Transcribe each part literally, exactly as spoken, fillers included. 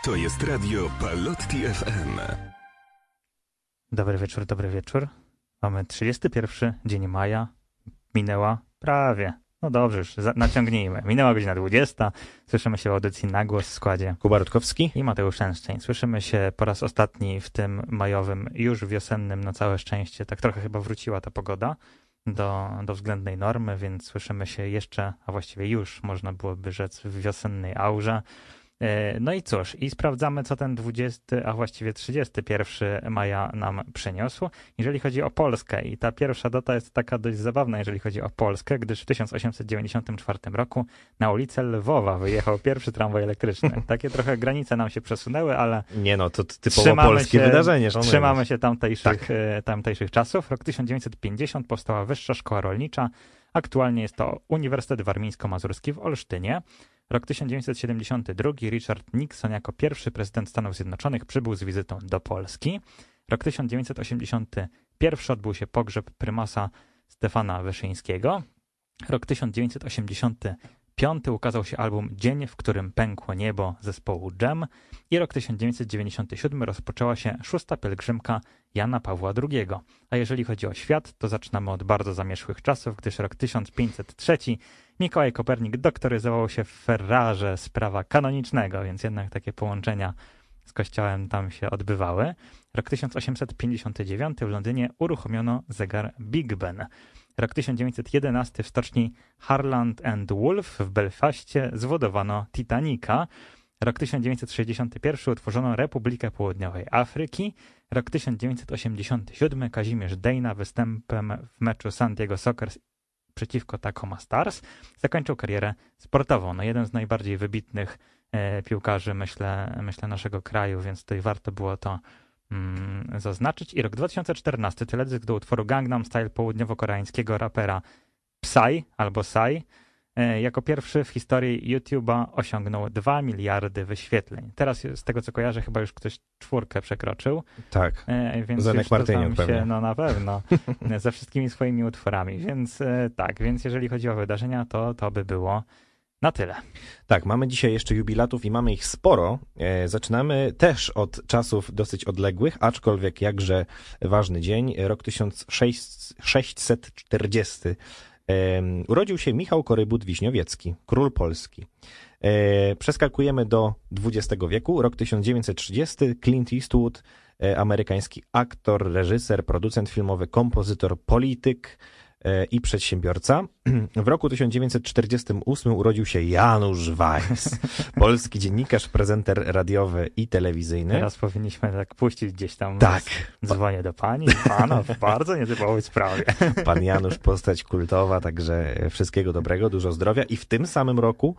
To jest radio Palotti F M. Dobry wieczór, dobry wieczór. Mamy trzydziesty pierwszy dzień maja. Minęła prawie. No dobrze, już za- naciągnijmy. Minęła godzina dwudziesta. Słyszymy się w audycji Na Głos w składzie Kuba Rutkowski i Mateusz Szęszczeń. Słyszymy się po raz ostatni w tym majowym, już wiosennym, na całe szczęście. Tak trochę chyba wróciła ta pogoda do, do względnej normy, więc słyszymy się jeszcze, a właściwie już można byłoby rzec, w wiosennej aurze. No i cóż, i sprawdzamy, co ten dwudziesty, a właściwie trzydziesty pierwszy maja nam przyniósł. Jeżeli chodzi o Polskę, i ta pierwsza data jest taka dość zabawna, jeżeli chodzi o Polskę, gdyż w tysiąc osiemset dziewięćdziesiątym czwartym roku na ulicę Lwowa wyjechał pierwszy tramwaj elektryczny. Takie trochę granice nam się przesunęły, ale Nie no, to typowo polskie się, wydarzenie. Trzymamy się tamtejszych, Tak. tamtejszych czasów. Rok tysiąc dziewięćset pięćdziesiąty powstała Wyższa Szkoła Rolnicza. Aktualnie jest to Uniwersytet Warmińsko-Mazurski w Olsztynie. Rok tysiąc dziewięćset siedemdziesiąty drugi Richard Nixon jako pierwszy prezydent Stanów Zjednoczonych przybył z wizytą do Polski. Rok tysiąc dziewięćset osiemdziesiąty pierwszy odbył się pogrzeb prymasa Stefana Wyszyńskiego. Rok tysiąc dziewięćset osiemdziesiąty piąty ukazał się album Dzień, w którym pękło niebo zespołu Dżem. I rok tysiąc dziewięćset dziewięćdziesiąty siódmy rozpoczęła się szósta pielgrzymka Jana Pawła drugiego. A jeżeli chodzi o świat, to zaczynamy od bardzo zamierzchłych czasów, gdyż rok tysiąc pięćset trzeci Mikołaj Kopernik doktoryzował się w Ferrarze z prawa kanonicznego, więc jednak takie połączenia z kościołem tam się odbywały. Rok tysiąc osiemset pięćdziesiąty dziewiąty w Londynie uruchomiono zegar Big Ben. Rok tysiąc dziewięćset jedenasty w stoczni Harland and Wolff w Belfaście zwodowano Titanica. Rok tysiąc dziewięćset sześćdziesiąty pierwszy utworzono Republikę Południowej Afryki. Rok tysiąc dziewięćset osiemdziesiąty siódmy Kazimierz Dejna występem w meczu San Diego Sockers przeciwko Tacoma Stars zakończył karierę sportową. No jeden z najbardziej wybitnych e, piłkarzy, myślę, myślę, naszego kraju, więc tutaj warto było to mm, zaznaczyć. I rok dwa tysiące czternasty teledysk do utworu Gangnam Style południowo-koreańskiego rapera Psy albo Psy e, jako pierwszy w historii YouTube'a osiągnął dwa miliardy wyświetleń. Teraz z tego, co kojarzę, chyba już ktoś czwórkę przekroczył. Tak, E, więc Zenek już to Martyniuk tam się, pewnie. no na pewno, ze wszystkimi swoimi utworami. Więc e, tak, więc jeżeli chodzi o wydarzenia, to to by było na tyle. tak, mamy dzisiaj jeszcze jubilatów i mamy ich sporo. E, zaczynamy też od czasów dosyć odległych, aczkolwiek jakże ważny dzień. Rok tysiąc sześćset czterdziesty. E, urodził się Michał Korybut-Wiśniowiecki, król Polski. E, przeskakujemy do dwudziestego wieku. Rok tysiąc dziewięćset trzydziesty. Clint Eastwood, e, amerykański aktor, reżyser, producent filmowy, kompozytor, polityk e, i przedsiębiorca. W roku tysiąc dziewięćset czterdziestym ósmym urodził się Janusz Weiss, polski dziennikarz, prezenter radiowy i telewizyjny. Teraz powinniśmy tak puścić gdzieś tam. Tak. Dzwonię do pani, pana w bardzo nietypowej sprawie. Pan Janusz, postać kultowa, także wszystkiego dobrego, dużo zdrowia. I w tym samym roku,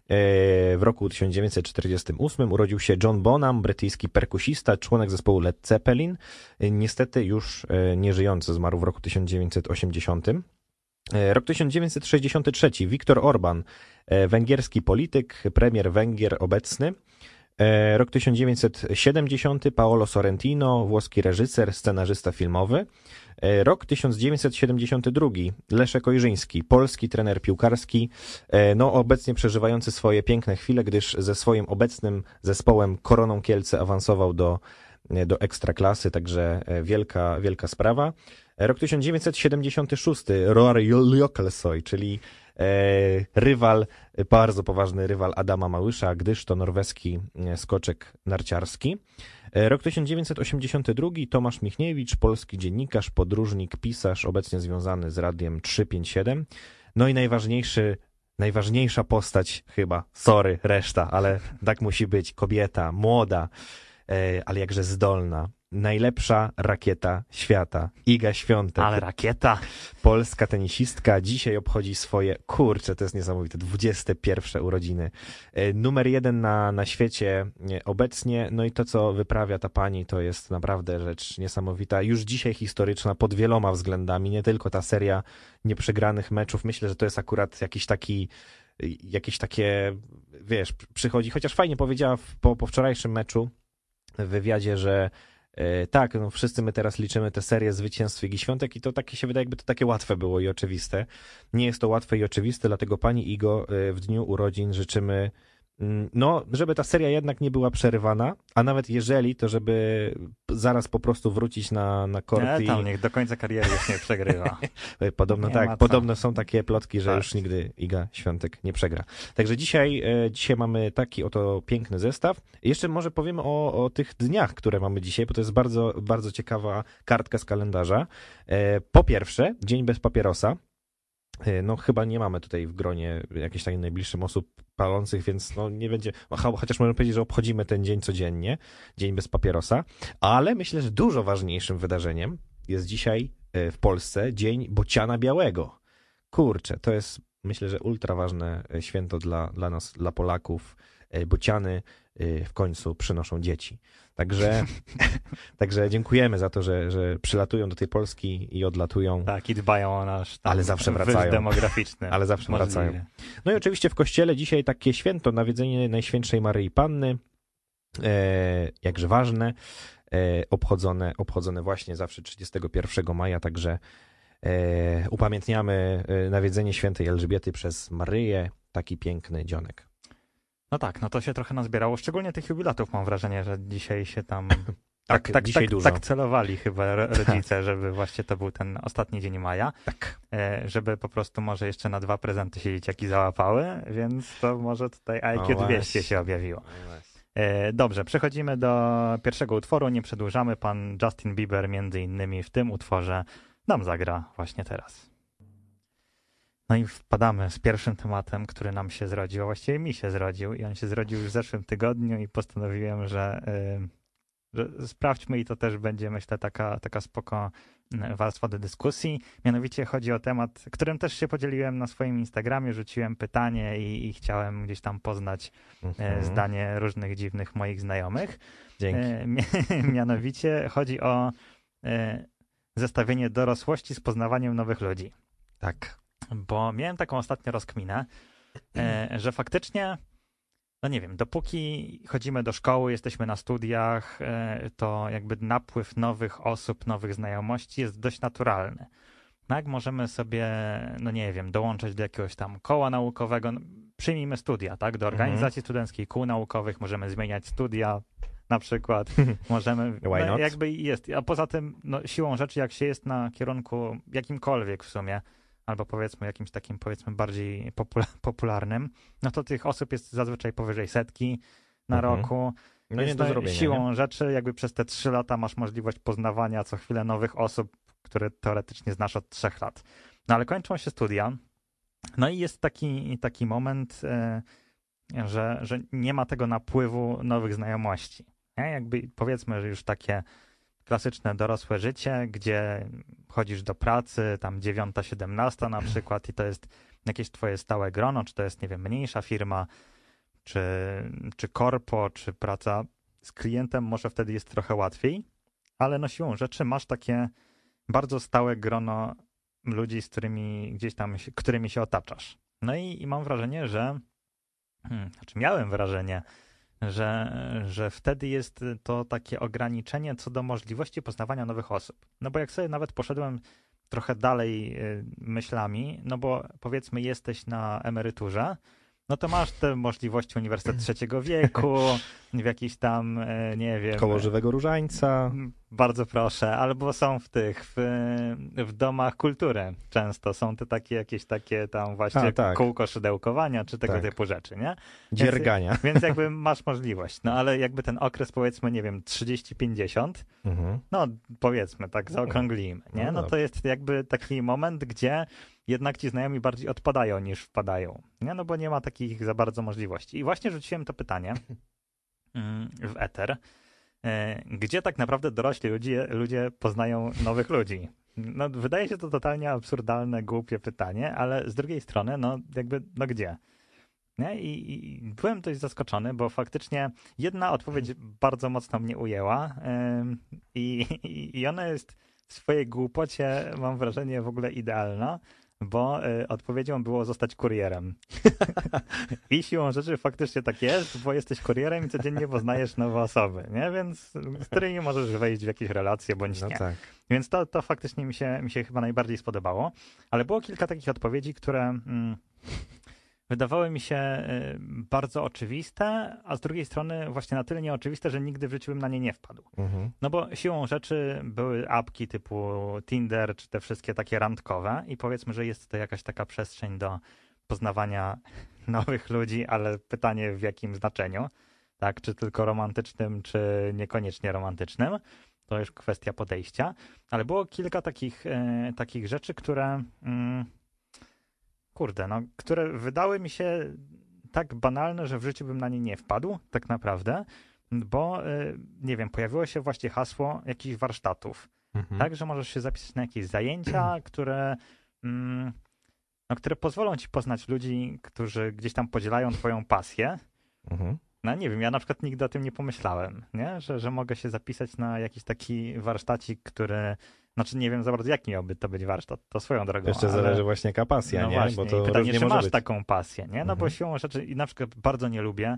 w roku tysiąc dziewięćset czterdziestym ósmym urodził się John Bonham, brytyjski perkusista, członek zespołu Led Zeppelin. Niestety już nieżyjący, zmarł w roku tysiąc dziewięćset osiemdziesiątym. Rok tysiąc dziewięćset sześćdziesiąty trzeci. Viktor Orban, węgierski polityk, premier Węgier obecny. Rok tysiąc dziewięćset siedemdziesiąty. Paolo Sorrentino, włoski reżyser, scenarzysta filmowy. Rok tysiąc dziewięćset siedemdziesiąty drugi. Leszek Ojrzyński, polski trener piłkarski, no obecnie przeżywający swoje piękne chwile, gdyż ze swoim obecnym zespołem Koroną Kielce awansował do, do ekstraklasy, także wielka, wielka sprawa. Rok tysiąc dziewięćset siedemdziesiąty szósty. Roar Jokelsoy, czyli e, rywal, bardzo poważny rywal Adama Małysza, gdyż to norweski skoczek narciarski. Rok tysiąc dziewięćset osiemdziesiąty drugi. Tomasz Michniewicz, polski dziennikarz, podróżnik, pisarz, obecnie związany z Radiem trzysta pięćdziesiąt siedem. No i najważniejszy, najważniejsza postać chyba, sorry, reszta, ale tak musi być, kobieta, młoda, e, ale jakże zdolna. Najlepsza rakieta świata. Iga Świątek. Ale rakieta. Polska tenisistka. Dzisiaj obchodzi swoje, kurczę, to jest niesamowite, dwudzieste pierwsze urodziny. E, numer jeden na, na świecie e, obecnie. No i to, co wyprawia ta pani, to jest naprawdę rzecz niesamowita. Już dzisiaj historyczna pod wieloma względami. Nie tylko ta seria nieprzegranych meczów. Myślę, że to jest akurat jakiś taki, jakieś takie, wiesz, przychodzi, chociaż fajnie powiedziała w, po, po wczorajszym meczu w wywiadzie, że tak, no wszyscy my teraz liczymy tę serię zwycięstw Igi Świątek i to takie się wydaje, jakby to takie łatwe było i oczywiste. Nie jest to łatwe i oczywiste, dlatego pani Igo w dniu urodzin życzymy no, żeby ta seria jednak nie była przerywana, a nawet jeżeli, to żeby zaraz po prostu wrócić na, na kort Nie, i... tam niech do końca kariery już nie przegrywa. Podobno Nie ma tak, co. podobno są takie plotki, że Tak. już nigdy Iga Świątek nie przegra. Także dzisiaj, e, dzisiaj mamy taki oto piękny zestaw. Jeszcze może powiemy o, o tych dniach, które mamy dzisiaj, bo to jest bardzo, bardzo ciekawa kartka z kalendarza. E, po pierwsze, Dzień bez papierosa. No chyba nie mamy tutaj w gronie jakichś tak najbliższych osób palących, więc no nie będzie, chociaż możemy powiedzieć, że obchodzimy ten dzień codziennie, dzień bez papierosa, ale myślę, że dużo ważniejszym wydarzeniem jest dzisiaj w Polsce Dzień Bociana Białego. Kurczę, to jest myślę, że ultra ważne święto dla, dla nas, dla Polaków. Bociany w końcu przynoszą dzieci. Także, także dziękujemy za to, że, że przylatują do tej Polski i odlatują. Tak, i dbają o nasz tam Ale zawsze wracają. demograficzny. Ale zawsze Możliwie. wracają. No i oczywiście w kościele dzisiaj takie święto, nawiedzenie Najświętszej Maryi Panny, e, jakże ważne, e, obchodzone, obchodzone właśnie zawsze trzydziestego pierwszego maja, także e, upamiętniamy nawiedzenie świętej Elżbiety przez Maryję, taki piękny dzionek. No tak, no to się trochę nazbierało, szczególnie tych jubilatów mam wrażenie, że dzisiaj się tam Tak, tak, tak, dzisiaj tak, dużo. tak celowali chyba rodzice, żeby właśnie to był ten ostatni dzień maja, Tak. żeby po prostu może jeszcze na dwa prezenty się dzieciaki załapały, więc to może tutaj I Q O, dwieście właśnie. się objawiło. Dobrze, przechodzimy do pierwszego utworu, nie przedłużamy, pan Justin Bieber między innymi w tym utworze nam zagra właśnie teraz. No i wpadamy z pierwszym tematem, który nam się zrodził, a właściwie mi się zrodził i on się zrodził już w zeszłym tygodniu i postanowiłem, że, yy, że sprawdźmy i to też będzie, myślę, taka, taka spoko warstwa do dyskusji. Mianowicie chodzi o temat, którym też się podzieliłem na swoim Instagramie, rzuciłem pytanie i, i chciałem gdzieś tam poznać Mhm. zdanie różnych dziwnych moich znajomych. Dzięki. Yy, mianowicie chodzi o yy, zestawienie dorosłości z poznawaniem nowych ludzi. Tak. Bo miałem taką ostatnio rozkminę, e, że faktycznie, no nie wiem, dopóki chodzimy do szkoły, jesteśmy na studiach, e, to jakby napływ nowych osób, nowych znajomości jest dość naturalny. Tak, możemy sobie, no nie wiem, dołączać do jakiegoś tam koła naukowego, no, przyjmijmy studia, tak, do organizacji studenckiej, kół naukowych, możemy zmieniać studia, na przykład, możemy, Why no, not? jakby jest, a poza tym, no siłą rzeczy, jak się jest na kierunku jakimkolwiek w sumie, albo powiedzmy jakimś takim, powiedzmy, bardziej popula- popularnym, no to tych osób jest zazwyczaj powyżej setki na Mhm. roku. No nie Więc do no, zrobienia. siłą Nie? rzeczy, jakby przez te trzy lata masz możliwość poznawania co chwilę nowych osób, które teoretycznie znasz od trzech lat. No ale kończą się studia, no i jest taki, taki moment, e, że, że nie ma tego napływu nowych znajomości. Nie? Jakby powiedzmy, że już takie klasyczne dorosłe życie, gdzie chodzisz do pracy, tam dziewiąta, siedemnasta na przykład i to jest jakieś twoje stałe grono, czy to jest, nie wiem, mniejsza firma, czy, czy korpo, czy praca z klientem, może wtedy jest trochę łatwiej, ale no siłą rzeczy masz takie bardzo stałe grono ludzi, z którymi gdzieś tam, się, którymi się otaczasz. No i, i mam wrażenie, że, hmm, znaczy miałem wrażenie, że, że wtedy jest to takie ograniczenie co do możliwości poznawania nowych osób. No bo jak sobie nawet poszedłem trochę dalej myślami, no bo powiedzmy jesteś na emeryturze, no to masz te możliwości Uniwersytet Trzeciego Wieku, w jakiś tam, nie wiem... Koło Żywego Różańca. Bardzo proszę. Albo są w tych, w, w domach kultury często. Są te takie jakieś takie tam właśnie A, tak. kółko szydełkowania, czy tego Tak. typu rzeczy, nie? Dziergania. Więc, więc jakby masz możliwość. No ale jakby ten okres powiedzmy, nie wiem, trzydzieści pięćdziesiąt, Mhm. no powiedzmy, tak zaokrąglimy, nie? No No to jest jakby taki moment, gdzie jednak ci znajomi bardziej odpadają niż wpadają, nie? No bo nie ma takich za bardzo możliwości. I właśnie rzuciłem to pytanie w eter, gdzie tak naprawdę dorośli ludzie, ludzie poznają nowych ludzi. No wydaje się to totalnie absurdalne, głupie pytanie, ale z drugiej strony, no jakby, no gdzie? Nie? I, I byłem dość zaskoczony, bo faktycznie jedna odpowiedź bardzo mocno mnie ujęła yy, i, i ona jest w swojej głupocie, mam wrażenie, w ogóle idealna, bo y, odpowiedzią było zostać kurierem. I siłą rzeczy faktycznie tak jest, bo jesteś kurierem i codziennie poznajesz nowe osoby, nie? Więc z którymi możesz wejść w jakieś relacje bądź No nie. tak. Więc to, to faktycznie mi się, mi się chyba najbardziej spodobało. Ale było kilka takich odpowiedzi, które mm, wydawały mi się y, bardzo oczywiste, a z drugiej strony właśnie na tyle nieoczywiste, że nigdy w życiu bym na nie nie wpadł. Mhm. No bo siłą rzeczy były apki typu Tinder, czy te wszystkie takie randkowe i powiedzmy, że jest to jakaś taka przestrzeń do poznawania nowych ludzi, ale pytanie w jakim znaczeniu, tak? Czy tylko romantycznym, czy niekoniecznie romantycznym. To już kwestia podejścia. Ale było kilka takich, e, takich rzeczy, które mm, kurde, no, które wydały mi się tak banalne, że w życiu bym na nie nie wpadł, tak naprawdę, bo e, nie wiem, pojawiło się właśnie hasło jakichś warsztatów. Mhm. Tak, że możesz się zapisać na jakieś zajęcia, które, mm, no, które pozwolą ci poznać ludzi, którzy gdzieś tam podzielają twoją pasję. Mhm. No nie wiem, ja na przykład nigdy o tym nie pomyślałem, nie? Że, że mogę się zapisać na jakiś taki warsztacik, który, znaczy nie wiem za bardzo jaki miałby to być warsztat, to swoją drogą. Jeszcze ale... zależy właśnie jaka pasja, no nie? Właśnie. Bo to I pytanie, różnie czy może masz być. taką pasję, nie? No Mhm. bo siłą rzeczy, i na przykład bardzo nie lubię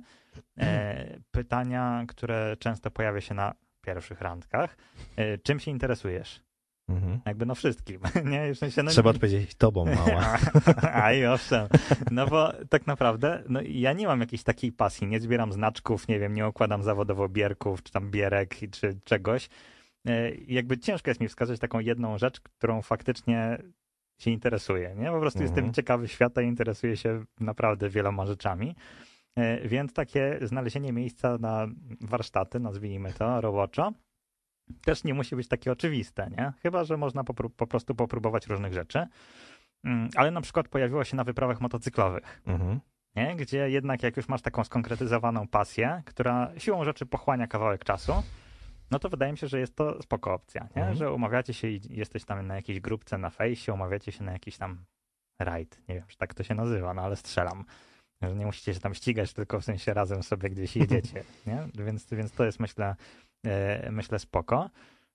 e, pytania, które często pojawia się na pierwszych randkach. E, czym się interesujesz? Mhm. Jakby no wszystkim, nie? W sensie, no, Trzeba odpowiedzieć tobą, mała. A i owszem, no bo tak naprawdę no, ja nie mam jakiejś takiej pasji, nie zbieram znaczków, nie wiem, nie układam zawodowo bierków, czy tam bierek, czy czegoś. E, Jakby ciężko jest mi wskazać taką jedną rzecz, którą faktycznie się interesuje, nie? Po prostu Mhm. jestem ciekawy świata i interesuję się naprawdę wieloma rzeczami. E, Więc takie znalezienie miejsca na warsztaty, nazwijmy to roboczo, też nie musi być takie oczywiste, nie? Chyba że można po, po prostu popróbować różnych rzeczy. Mm, Ale na przykład pojawiło się na wyprawach motocyklowych, Mhm. nie? Gdzie jednak jak już masz taką skonkretyzowaną pasję, która siłą rzeczy pochłania kawałek czasu, no to wydaje mi się, że jest to spoko opcja, nie? Mhm. Że umawiacie się i jesteś tam na jakiejś grupce na fejsie, umawiacie się na jakiś tam rajd, nie wiem, czy tak to się nazywa, no ale strzelam. Że nie musicie się tam ścigać, tylko w sensie razem sobie gdzieś jedziecie, nie? Więc, więc to jest myślę, e, myślę spoko.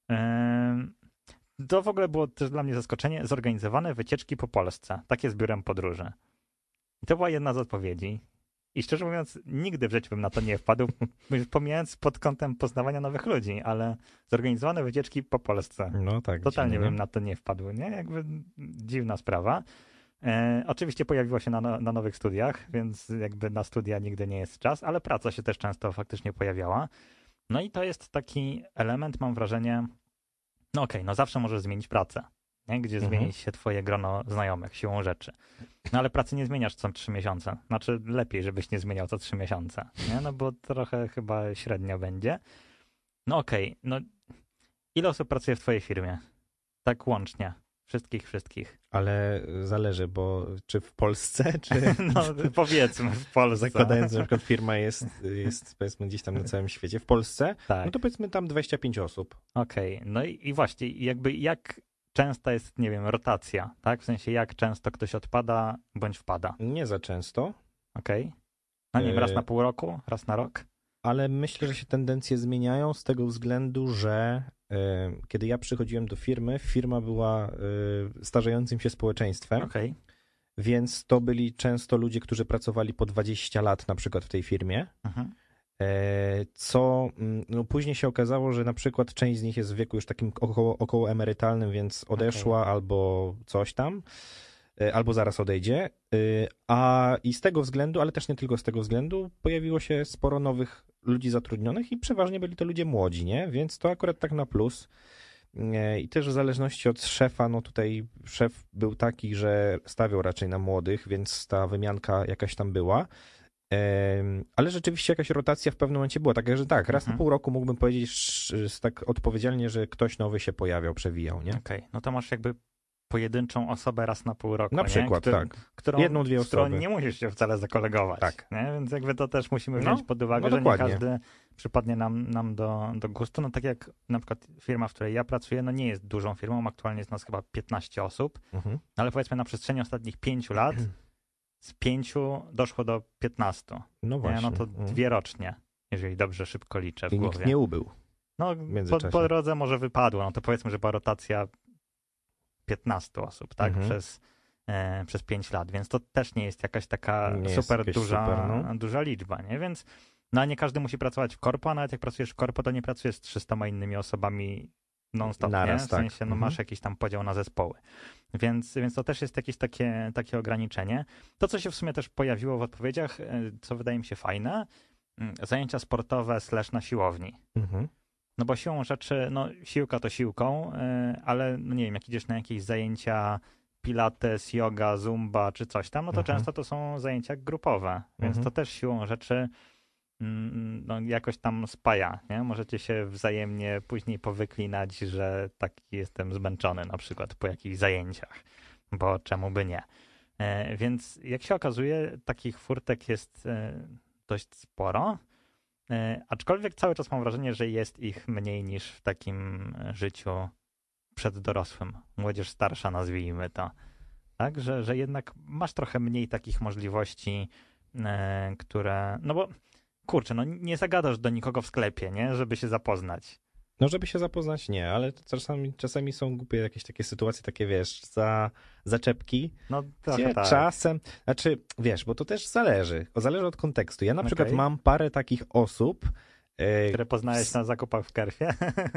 Em, To w ogóle było też dla mnie zaskoczenie. Zorganizowane wycieczki po Polsce, takie z biurem podróży. I to była jedna z odpowiedzi. I szczerze mówiąc, nigdy w życiu bym na to nie wpadł, pomijając pod kątem poznawania nowych ludzi, ale zorganizowane wycieczki po Polsce. No tak. Totalnie dziwnie, bym na to nie wpadł, nie? Jakby dziwna sprawa. E, oczywiście pojawiło się na, no- na nowych studiach, więc jakby na studia nigdy nie jest czas, ale praca się też często faktycznie pojawiała. No i to jest taki element, mam wrażenie, no okej, no zawsze możesz zmienić pracę, nie? Gdzie Mhm. zmieni się twoje grono znajomych siłą rzeczy. No ale pracy nie zmieniasz co trzy miesiące. Znaczy lepiej, żebyś nie zmieniał co trzy miesiące, nie? No bo trochę chyba średnio będzie. No okej, no ile osób pracuje w twojej firmie? Tak łącznie. Wszystkich, wszystkich. Ale zależy, bo czy w Polsce, czy No powiedzmy w Polsce. zakładając, że na przykład firma jest, jest powiedzmy gdzieś tam na całym świecie, w Polsce, Tak, no to powiedzmy tam dwadzieścia pięć osób. okej. No i, i właśnie, jakby jak częsta jest, nie wiem, rotacja, tak? W sensie jak często ktoś odpada bądź wpada, Nie za często, okej? No nie wiem, raz Yy. na pół roku, raz na rok? ale myślę, że się tendencje zmieniają z tego względu, że e, kiedy ja przychodziłem do firmy, firma była e, starzejącym się społeczeństwem, Okej, więc to byli często ludzie, którzy pracowali po dwadzieścia lat na przykład w tej firmie, mhm. e, co mm, no, później się okazało, że na przykład część z nich jest w wieku już takim około, około emerytalnym, więc odeszła albo coś tam, e, albo zaraz odejdzie, e, a i z tego względu, ale też nie tylko z tego względu, pojawiło się sporo nowych ludzi zatrudnionych i przeważnie byli to ludzie młodzi, nie? Więc to akurat tak na plus. E, I też w zależności od szefa, no tutaj szef był taki, że stawiał raczej na młodych, więc ta wymianka jakaś tam była. Em, Ale rzeczywiście jakaś rotacja w pewnym momencie była. Tak, że tak, raz Mhm. na pół roku mógłbym powiedzieć sz- tak odpowiedzialnie, że ktoś nowy się pojawiał, przewijał, nie? Okej, no to masz jakby pojedynczą osobę raz na pół roku, Na nie? przykład, Którą- tak. Którą, Jedną, dwie z którą osoby. nie musisz się wcale zakolegować. Tak. Nie? Więc jakby to też musimy No, wziąć pod uwagę, no że nie dokładnie. każdy przypadnie nam, nam do, do gustu. No tak jak na przykład firma, w której ja pracuję, no nie jest dużą firmą, aktualnie jest nas chyba piętnaście osób, Mhm. no ale powiedzmy na przestrzeni ostatnich pięciu lat z pięciu doszło do piętnastu. No Nie? właśnie. No to Mhm. dwie rocznie, jeżeli dobrze szybko liczę w I nikt głowie. nie ubył. No, po, międzyczasie. po drodze może wypadło, no to powiedzmy, że była rotacja piętnastu osób, tak, Mhm. przez, e, przez pięć lat, więc to też nie jest jakaś taka Nie jest super jakieś duża, super, no. duża liczba, nie, więc no a nie każdy musi pracować w korpo, a nawet jak pracujesz w korpo, to nie pracujesz z trzystoma innymi osobami non-stop, Naraz, nie? W tak. sensie, no Mhm. masz jakiś tam podział na zespoły. Więc, więc to też jest jakieś takie, takie ograniczenie. To, co się w sumie też pojawiło w odpowiedziach, y, co wydaje mi się fajne, y, zajęcia sportowe slash na siłowni. Mhm. No bo siłą rzeczy, no siłka to siłką, y, ale no nie wiem, jak idziesz na jakieś zajęcia pilates, yoga, zumba czy coś tam, no to Mhm. często to są zajęcia grupowe, więc Mhm. to też siłą rzeczy mm, no, jakoś tam spaja, nie? Możecie się wzajemnie później powyklinać, że taki jestem zmęczony na przykład po jakichś zajęciach, bo czemu by nie. E, więc jak się okazuje, takich furtek jest e, dość sporo, e, aczkolwiek cały czas mam wrażenie, że jest ich mniej niż w takim życiu przeddorosłym, młodzież starsza nazwijmy to. Tak, że, że jednak masz trochę mniej takich możliwości, e, które, no bo kurczę, no nie zagadasz do nikogo w sklepie, nie, żeby się zapoznać. No, żeby się zapoznać, nie, ale to czasami, czasami są głupie jakieś takie sytuacje, takie wiesz, za zaczepki, No trochę gdzie tak. czasem, znaczy wiesz, bo to też zależy, zależy od kontekstu. Ja na Okej. przykład mam parę takich osób, e, Które poznałeś na zakupach w Kerfie.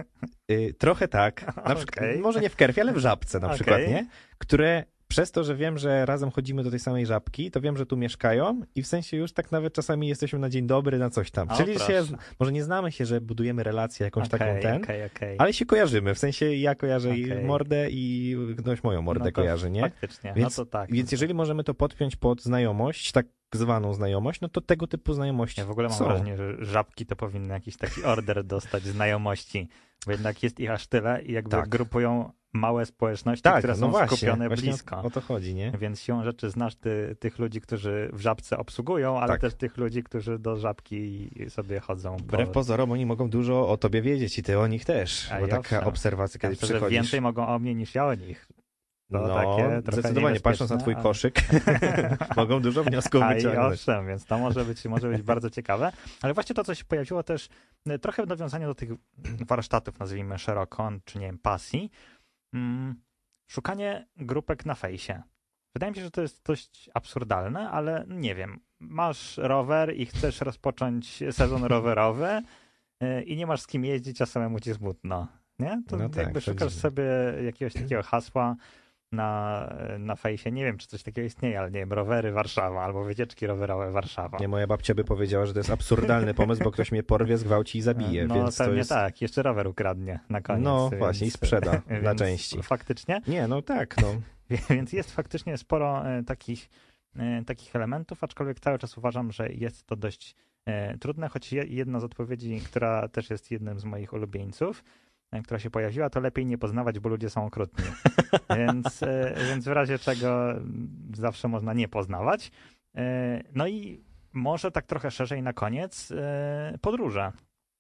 e, trochę tak, na przykład, Okej. może nie w Kerfie, ale w Żabce na Okej. przykład, nie? Które przez to, że wiem, że razem chodzimy do tej samej Żabki, to wiem, że tu mieszkają i w sensie już tak nawet czasami jesteśmy na dzień dobry, na coś tam. O, Czyli proszę. się, może nie znamy się, że budujemy relację jakąś taką Okej, ten, okej, okej. ale się kojarzymy, w sensie ja kojarzę Okej. i mordę i ktoś moją mordę No to kojarzy, nie? Faktycznie, Więc- no to tak. Więc jeżeli możemy to podpiąć pod znajomość, tak zwaną znajomość, no to tego typu znajomości Ja w ogóle mam są. wrażenie, że żabki to powinny jakiś taki order dostać znajomości, bo jednak jest ich aż tyle i jakby Tak. grupują małe społeczności, Tak, które no są właśnie, skupione właśnie blisko. O, o to chodzi, nie? Więc siłą rzeczy znasz ty, tych ludzi, którzy w żabce obsługują, ale Tak. też tych ludzi, którzy do żabki sobie chodzą. Wbrew bo- pozorom oni mogą dużo o tobie wiedzieć i ty o nich też, A bo ja taka owszem. obserwacja, Ja kiedy myślę, że przychodzisz. więcej mogą o mnie niż ja o nich. To No, takie trochę zdecydowanie, patrząc na twój niebezpieczne, koszyk, mogą dużo wniosków A i wyciągnąć. owszem, więc to może być, może być bardzo ciekawe. Ale właśnie to, co się pojawiło też e, trochę w nawiązaniu do tych warsztatów, nazwijmy szeroko, czy nie wiem, pasji, mm, szukanie grupek na fejsie. Wydaje mi się, że to jest dość absurdalne, ale nie wiem, masz rower i chcesz rozpocząć sezon rowerowy e, i nie masz z kim jeździć, a samemu ci smutno. Nie? To No tak, jakby to szukasz dziwne. sobie jakiegoś takiego hasła na, na fejsie. Nie wiem, czy coś takiego istnieje, ale nie wiem, rowery Warszawa albo wycieczki rowerowe Warszawa. Nie, moja babcia by powiedziała, że to jest absurdalny pomysł, bo ktoś mnie porwie, zgwałci i zabije, No więc to pewnie jest... tak, jeszcze rower ukradnie na koniec. No więc, właśnie, i sprzeda na więc części. Faktycznie. Nie, no tak, no. Więc jest faktycznie sporo e, takich, e, takich elementów, aczkolwiek cały czas uważam, że jest to dość e, trudne, choć je, jedna z odpowiedzi, która też jest jednym z moich ulubieńców, e, która się pojawiła, to lepiej nie poznawać, bo ludzie są okrutni. więc, e, więc w razie czego m, zawsze można nie poznawać. E, no i może tak trochę szerzej na koniec e, podróże.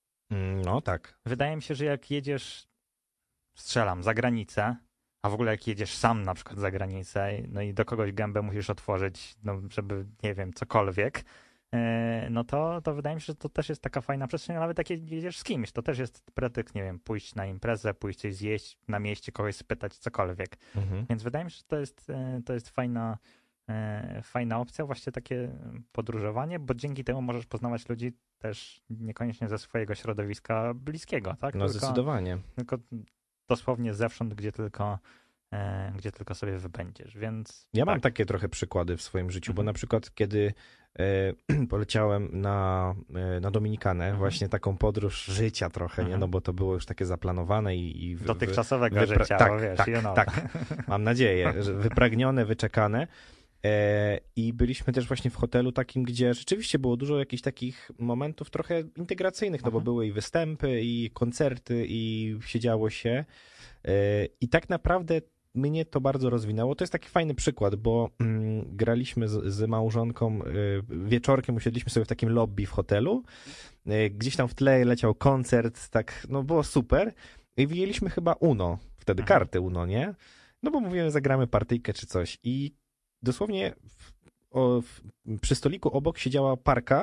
Mm, No tak. Wydaje mi się, że jak jedziesz, strzelam, za granicę, a w ogóle jak jedziesz sam na przykład za granicę, no i do kogoś gębę musisz otworzyć, no, żeby, nie wiem, cokolwiek, e, no to, to wydaje mi się, że to też jest taka fajna przestrzeń, a nawet jak jedziesz z kimś, to też jest pretyk, nie wiem, pójść na imprezę, pójść coś zjeść, na mieście kogoś spytać, cokolwiek. Mhm. Więc wydaje mi się, że to jest, e, to jest fajna, e, fajna opcja, właśnie takie podróżowanie, bo dzięki temu możesz poznawać ludzi też niekoniecznie ze swojego środowiska bliskiego, tak? No Tylko, zdecydowanie. tylko dosłownie zewsząd, gdzie tylko, e, gdzie tylko sobie wybędziesz, więc Ja mam tak. takie trochę przykłady w swoim życiu, bo Mhm. na przykład kiedy e, poleciałem na, e, na Dominikanę, Mhm. właśnie taką podróż życia trochę, nie? Mhm. No bo to było już takie zaplanowane i... i wy- dotychczasowego wypra- życia, tak, bo wiesz, tak, you know. tak. Mam nadzieję, że wypragnione, wyczekane. E, I byliśmy też właśnie w hotelu takim, gdzie rzeczywiście było dużo jakichś takich momentów trochę integracyjnych, no bo Mhm. były i występy, i koncerty, i siedziało się. E, I tak naprawdę mnie to bardzo rozwinęło. To jest taki fajny przykład, bo mm, graliśmy z, z małżonką, y, wieczorkiem usiedliśmy sobie w takim lobby w hotelu, y, gdzieś tam w tle leciał koncert, tak, no było super i wyjęliśmy chyba Uno, wtedy Mhm. karty Uno, nie? No bo mówimy, zagramy partyjkę czy coś i dosłownie w, o, w, przy stoliku obok siedziała parka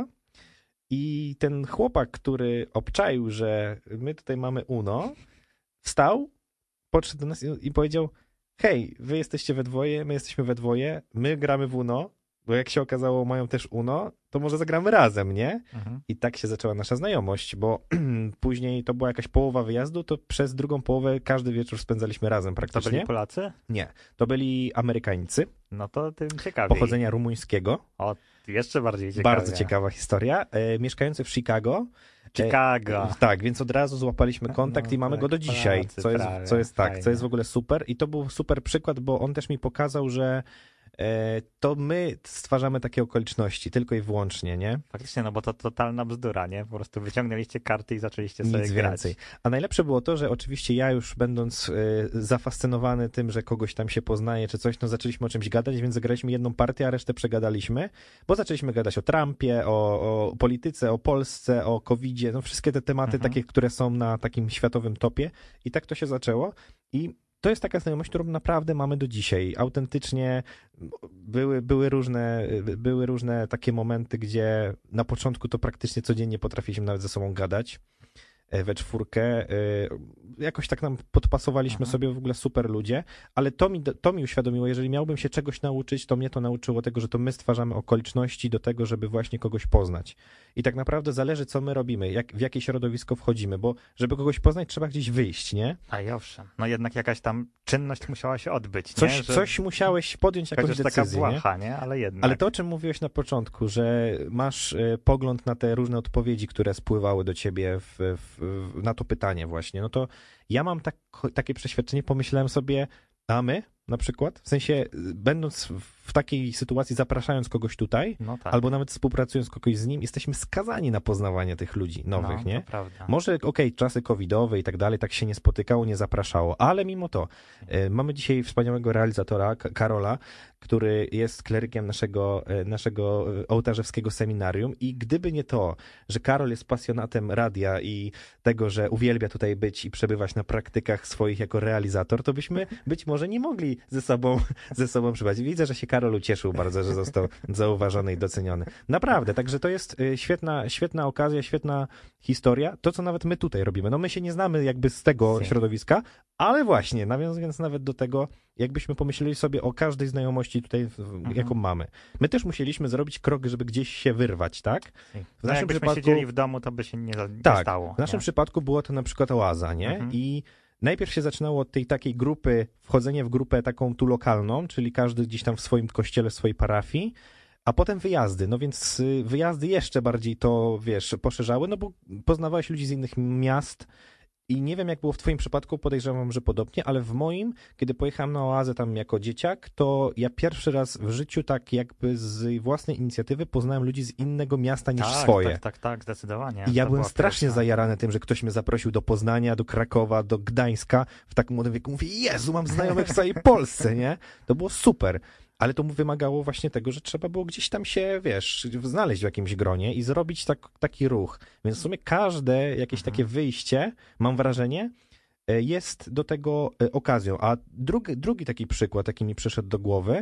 i ten chłopak, który obczaił, że my tutaj mamy Uno, wstał, podszedł do nas i, i powiedział: hej, wy jesteście we dwoje, my jesteśmy we dwoje, my gramy w Uno, bo jak się okazało, mają też Uno, to może zagramy razem, nie? Mhm. I tak się zaczęła nasza znajomość, bo później to była jakaś połowa wyjazdu, to przez drugą połowę każdy wieczór spędzaliśmy razem To praktycznie. byli Polacy? Nie, to byli Amerykańcy No to tym ciekawiej. pochodzenia rumuńskiego. O, jeszcze bardziej ciekawie. Bardzo ciekawa historia. E, mieszkający w Chicago. Chicago. E, tak, więc od razu złapaliśmy kontakt No i mamy tak, go do dzisiaj, Polacy, co jest, prawie, co jest tak, co fajnie. jest w ogóle super i to był super przykład, bo on też mi pokazał, że e, to my stwarzamy takie okoliczności, tylko i wyłącznie, nie? Faktycznie, no bo to totalna bzdura, nie? Po prostu wyciągnęliście karty i zaczęliście sobie Nic grać. więcej. A najlepsze było to, że oczywiście ja już będąc y, zafascynowany tym, że kogoś tam się poznaje czy coś, no zaczęliśmy o czymś gadać, więc zagraliśmy jedną partię, a resztę przegadaliśmy, bo zaczęliśmy gadać o Trumpie, o, o polityce, o Polsce, o kowidzie, no wszystkie te tematy Mhm. takie, które są na takim światowym topie i tak to się zaczęło i to jest taka znajomość, którą naprawdę mamy do dzisiaj. Autentycznie były, były, różne, były różne takie momenty, gdzie na początku to praktycznie codziennie potrafiliśmy nawet ze sobą gadać we czwórkę. Jakoś tak nam podpasowaliśmy Mhm. sobie w ogóle super ludzie, ale to mi, to mi uświadomiło, jeżeli miałbym się czegoś nauczyć, to mnie to nauczyło tego, że to my stwarzamy okoliczności do tego, żeby właśnie kogoś poznać. I tak naprawdę zależy, co my robimy, jak, w jakie środowisko wchodzimy, bo żeby kogoś poznać, trzeba gdzieś wyjść, nie? A i owszem, no jednak jakaś tam czynność musiała się odbyć, Coś, nie? Że coś musiałeś podjąć jakąś chociaż decyzję, taka nie? błaha, nie? Ale jednak. Ale to, o czym mówiłeś na początku, że masz e, pogląd na te różne odpowiedzi, które spływały do ciebie w, w, w, na to pytanie właśnie, no to ja mam tak, takie przeświadczenie, pomyślałem sobie, a my na przykład, w sensie będąc w, w takiej sytuacji, zapraszając kogoś tutaj, No tak. albo nawet współpracując kogoś z nim, jesteśmy skazani na poznawanie tych ludzi nowych, no, nie? To prawda. Może, okej, okay, czasy covidowe i tak dalej, tak się nie spotykało, nie zapraszało, ale mimo to e, mamy dzisiaj wspaniałego realizatora, K- Karola, który jest klerykiem naszego, e, naszego ołtarzewskiego seminarium i gdyby nie to, że Karol jest pasjonatem radia i tego, że uwielbia tutaj być i przebywać na praktykach swoich jako realizator, to byśmy być może nie mogli ze sobą, ze sobą przybywać. Widzę, że się Karol ucieszył bardzo, że został zauważony i doceniony. Naprawdę, także to jest e, świetna, świetna okazja, świetna historia, to co nawet my tutaj robimy. No my się nie znamy jakby z tego Si. środowiska, ale właśnie, nawiązując nawet do tego, jakbyśmy pomyśleli sobie o każdej znajomości tutaj, Mhm. jaką mamy. My też musieliśmy zrobić krok, żeby gdzieś się wyrwać, tak? Si. W No naszym jakbyśmy przypadku- siedzieli w domu, to by się nie, nie Tak, stało. w naszym nie? przypadku było to na przykład oaza, nie? Mhm. I najpierw się zaczynało od tej takiej grupy, wchodzenie w grupę taką tu lokalną, czyli każdy gdzieś tam w swoim kościele, w swojej parafii, a potem wyjazdy. No więc y, wyjazdy jeszcze bardziej to, wiesz, poszerzały, no bo poznawałeś ludzi z innych miast i nie wiem, jak było w twoim przypadku, podejrzewam, że podobnie, ale w moim, kiedy pojechałem na oazę tam jako dzieciak, to ja pierwszy raz w życiu tak jakby z własnej inicjatywy poznałem ludzi z innego miasta niż tak, swoje. Tak, tak, tak, zdecydowanie. I ja To byłem była strasznie pierwsza. zajarany tym, że ktoś mnie zaprosił do Poznania, do Krakowa, do Gdańska w takim młodym wieku. Mówię, Jezu, mam znajomych w całej Polsce, nie? To było super. Ale to wymagało właśnie tego, że trzeba było gdzieś tam się, wiesz, znaleźć w jakimś gronie i zrobić tak, taki ruch. Więc w sumie każde jakieś Mhm. takie wyjście, mam wrażenie, jest do tego okazją. A drugi, drugi taki przykład, jaki mi przyszedł do głowy,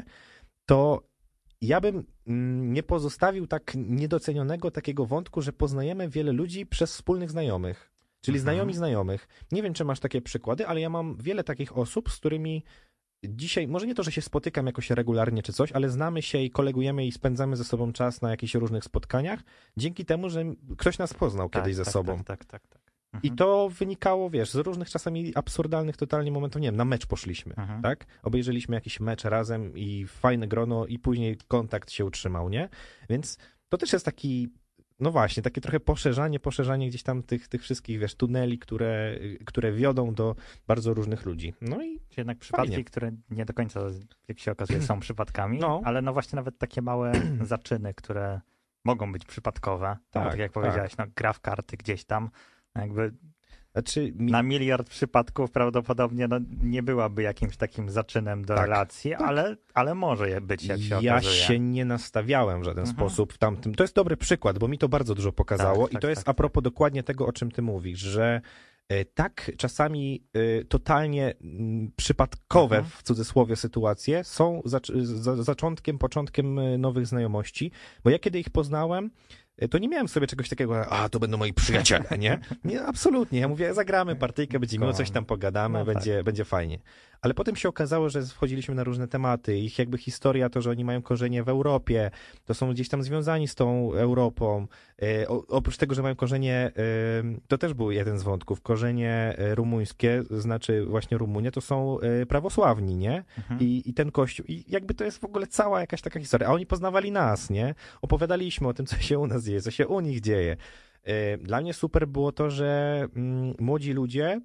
to ja bym mm, nie pozostawił tak niedocenionego takiego wątku, że poznajemy wiele ludzi przez wspólnych znajomych. Czyli Mhm. znajomi znajomych. Nie wiem, czy masz takie przykłady, ale ja mam wiele takich osób, z którymi dzisiaj, może nie to, że się spotykam jakoś regularnie czy coś, ale znamy się i kolegujemy i spędzamy ze sobą czas na jakichś różnych spotkaniach, dzięki temu, że ktoś nas poznał Tak, kiedyś ze tak, sobą. Tak, tak, tak. tak. I Mhm. to wynikało, wiesz, z różnych czasami absurdalnych totalnie momentów, nie wiem, na mecz poszliśmy, Mhm. tak? Obejrzeliśmy jakiś mecz razem i fajne grono i później kontakt się utrzymał, nie? Więc to też jest taki, no właśnie, takie trochę poszerzanie, poszerzanie gdzieś tam tych, tych wszystkich, wiesz, tuneli, które, które wiodą do bardzo różnych ludzi. No i Czy jednak przypadki, Fajnie. które nie do końca, jak się okazuje, są przypadkami, No. ale no właśnie nawet takie małe zaczyny, które mogą być przypadkowe. Tak, Tak, no, tak jak tak. powiedziałeś, no, gra w karty gdzieś tam, no jakby znaczy, mi, na miliard przypadków prawdopodobnie no, nie byłaby jakimś takim zaczynem do Tak, relacji, ale, ale może je być, jak się ja okazuje. się nie nastawiałem w żaden Mhm. sposób w tamtym. To jest dobry przykład, bo mi to bardzo dużo pokazało Tak, i tak, to jest tak, a propos dokładnie tego, o czym ty mówisz, że e, tak czasami e, totalnie mm, przypadkowe Mhm. w cudzysłowie sytuacje są zac- za, zaczątkiem, początkiem e, nowych znajomości, bo ja kiedy ich poznałem, e, to nie miałem w sobie czegoś takiego, a to będą moi przyjaciele, nie? Nie, absolutnie. Ja mówię, zagramy partyjkę, będzie miło, coś tam pogadamy, No będzie, będzie fajnie. ale potem się okazało, że wchodziliśmy na różne tematy. Ich jakby historia, to, że oni mają korzenie w Europie, to są gdzieś tam związani z tą Europą. O, oprócz tego, że mają korzenie, to też był jeden z wątków, korzenie rumuńskie, znaczy właśnie Rumunia, to są prawosławni, nie? Mhm. I, I ten kościół, i jakby to jest w ogóle cała jakaś taka historia. A oni poznawali nas, nie? Opowiadaliśmy o tym, co się u nas dzieje, co się u nich dzieje. Dla mnie super było to, że młodzi ludzie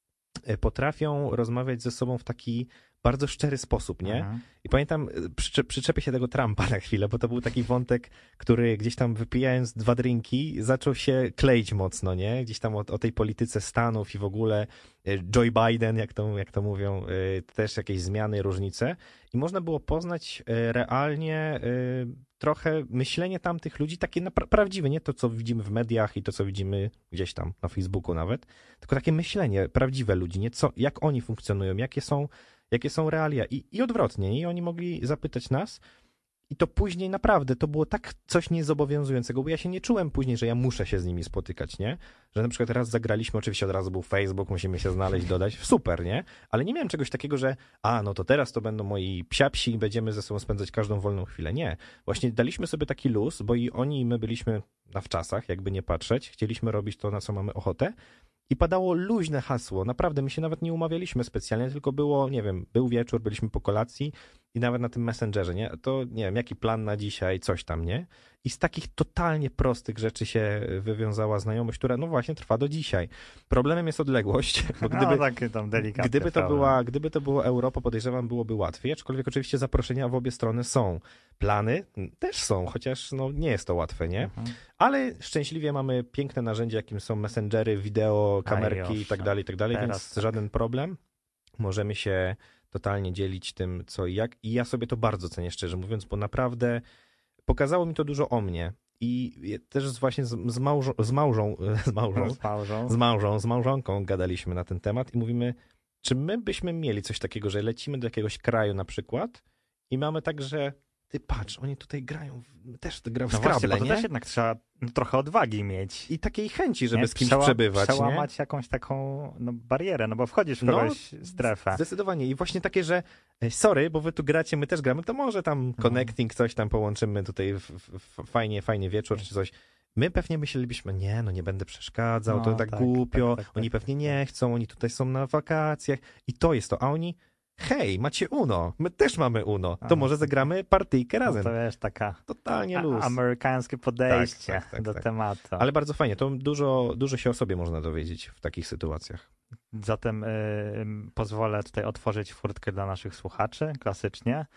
potrafią rozmawiać ze sobą w taki bardzo szczery sposób, nie? Mhm. I pamiętam, przy, przyczepię się tego Trumpa na chwilę, bo to był taki wątek, który gdzieś tam wypijając dwa drinki zaczął się kleić mocno, nie? Gdzieś tam o, o tej polityce Stanów i w ogóle Joe Biden, jak to, jak to mówią, też jakieś zmiany, różnice. I można było poznać realnie trochę myślenie tamtych ludzi, takie pra- prawdziwe, nie to, co widzimy w mediach i to, co widzimy gdzieś tam na Facebooku nawet, tylko takie myślenie, prawdziwe ludzi, nie? Co, jak oni funkcjonują, jakie są jakie są realia i, i odwrotnie. I oni mogli zapytać nas i to później naprawdę, to było tak coś niezobowiązującego, bo ja się nie czułem później, że ja muszę się z nimi spotykać, nie? Że na przykład raz zagraliśmy, oczywiście od razu był Facebook, musimy się znaleźć, dodać, super, nie? Ale nie miałem czegoś takiego, że a, no to teraz to będą moi psiapsi i będziemy ze sobą spędzać każdą wolną chwilę. Nie. Właśnie daliśmy sobie taki luz, bo i oni i my byliśmy na wczasach, jakby nie patrzeć, chcieliśmy robić to, na co mamy ochotę. I padało luźne hasło. Naprawdę, my się nawet nie umawialiśmy specjalnie, tylko było, nie wiem, był wieczór, byliśmy po kolacji i nawet na tym Messengerze, nie? To, nie wiem, jaki plan na dzisiaj, coś tam, nie? I z takich totalnie prostych rzeczy się wywiązała znajomość, która, no właśnie, trwa do dzisiaj. Problemem jest odległość, bo gdyby, no, takie tam delikatne gdyby, to była, gdyby to było Europa, podejrzewam, byłoby łatwiej, aczkolwiek oczywiście zaproszenia w obie strony są. Plany też są, chociaż no, nie jest to łatwe, nie? Mhm. Ale szczęśliwie mamy piękne narzędzia, jakim są messengery, wideo, kamerki i tak dalej, i tak dalej, więc tak. Żaden problem. Możemy się totalnie dzielić tym, co i jak. I ja sobie to bardzo cenię, szczerze mówiąc, bo naprawdę pokazało mi to dużo o mnie. I też właśnie z, z, małżą, z, małżą, z, małżą, z, małżą. z małżą, z małżonką gadaliśmy na ten temat i mówimy, czy my byśmy mieli coś takiego, że lecimy do jakiegoś kraju na przykład i mamy tak, że ty patrz, oni tutaj grają, też grają w no Scrabble, właśnie, bo to nie? też jednak trzeba trochę odwagi mieć. I takiej chęci, żeby nie? z kimś Przeła- przebywać, Przełamać nie? jakąś taką no, barierę, no bo wchodzisz w kogoś no, strefę. Zdecydowanie. I właśnie takie, że sorry, bo wy tu gracie, my też gramy, to może tam connecting, coś tam połączymy tutaj, w, w, w, fajnie, fajnie wieczór czy coś. My pewnie myślelibyśmy, nie, no nie będę przeszkadzał, no, to tak, tak głupio, tak, tak, oni tak, pewnie tak, nie chcą, oni tutaj są na wakacjach i to jest to, a oni hej, macie Uno, my też mamy Uno, to a, może zagramy partyjkę razem. No to jest taka totalnie luz. Amerykańskie podejście tak, tak, tak, do tak. tematu. Ale bardzo fajnie, to dużo, dużo się o sobie można dowiedzieć w takich sytuacjach. Zatem y, pozwolę tutaj otworzyć furtkę dla naszych słuchaczy, klasycznie,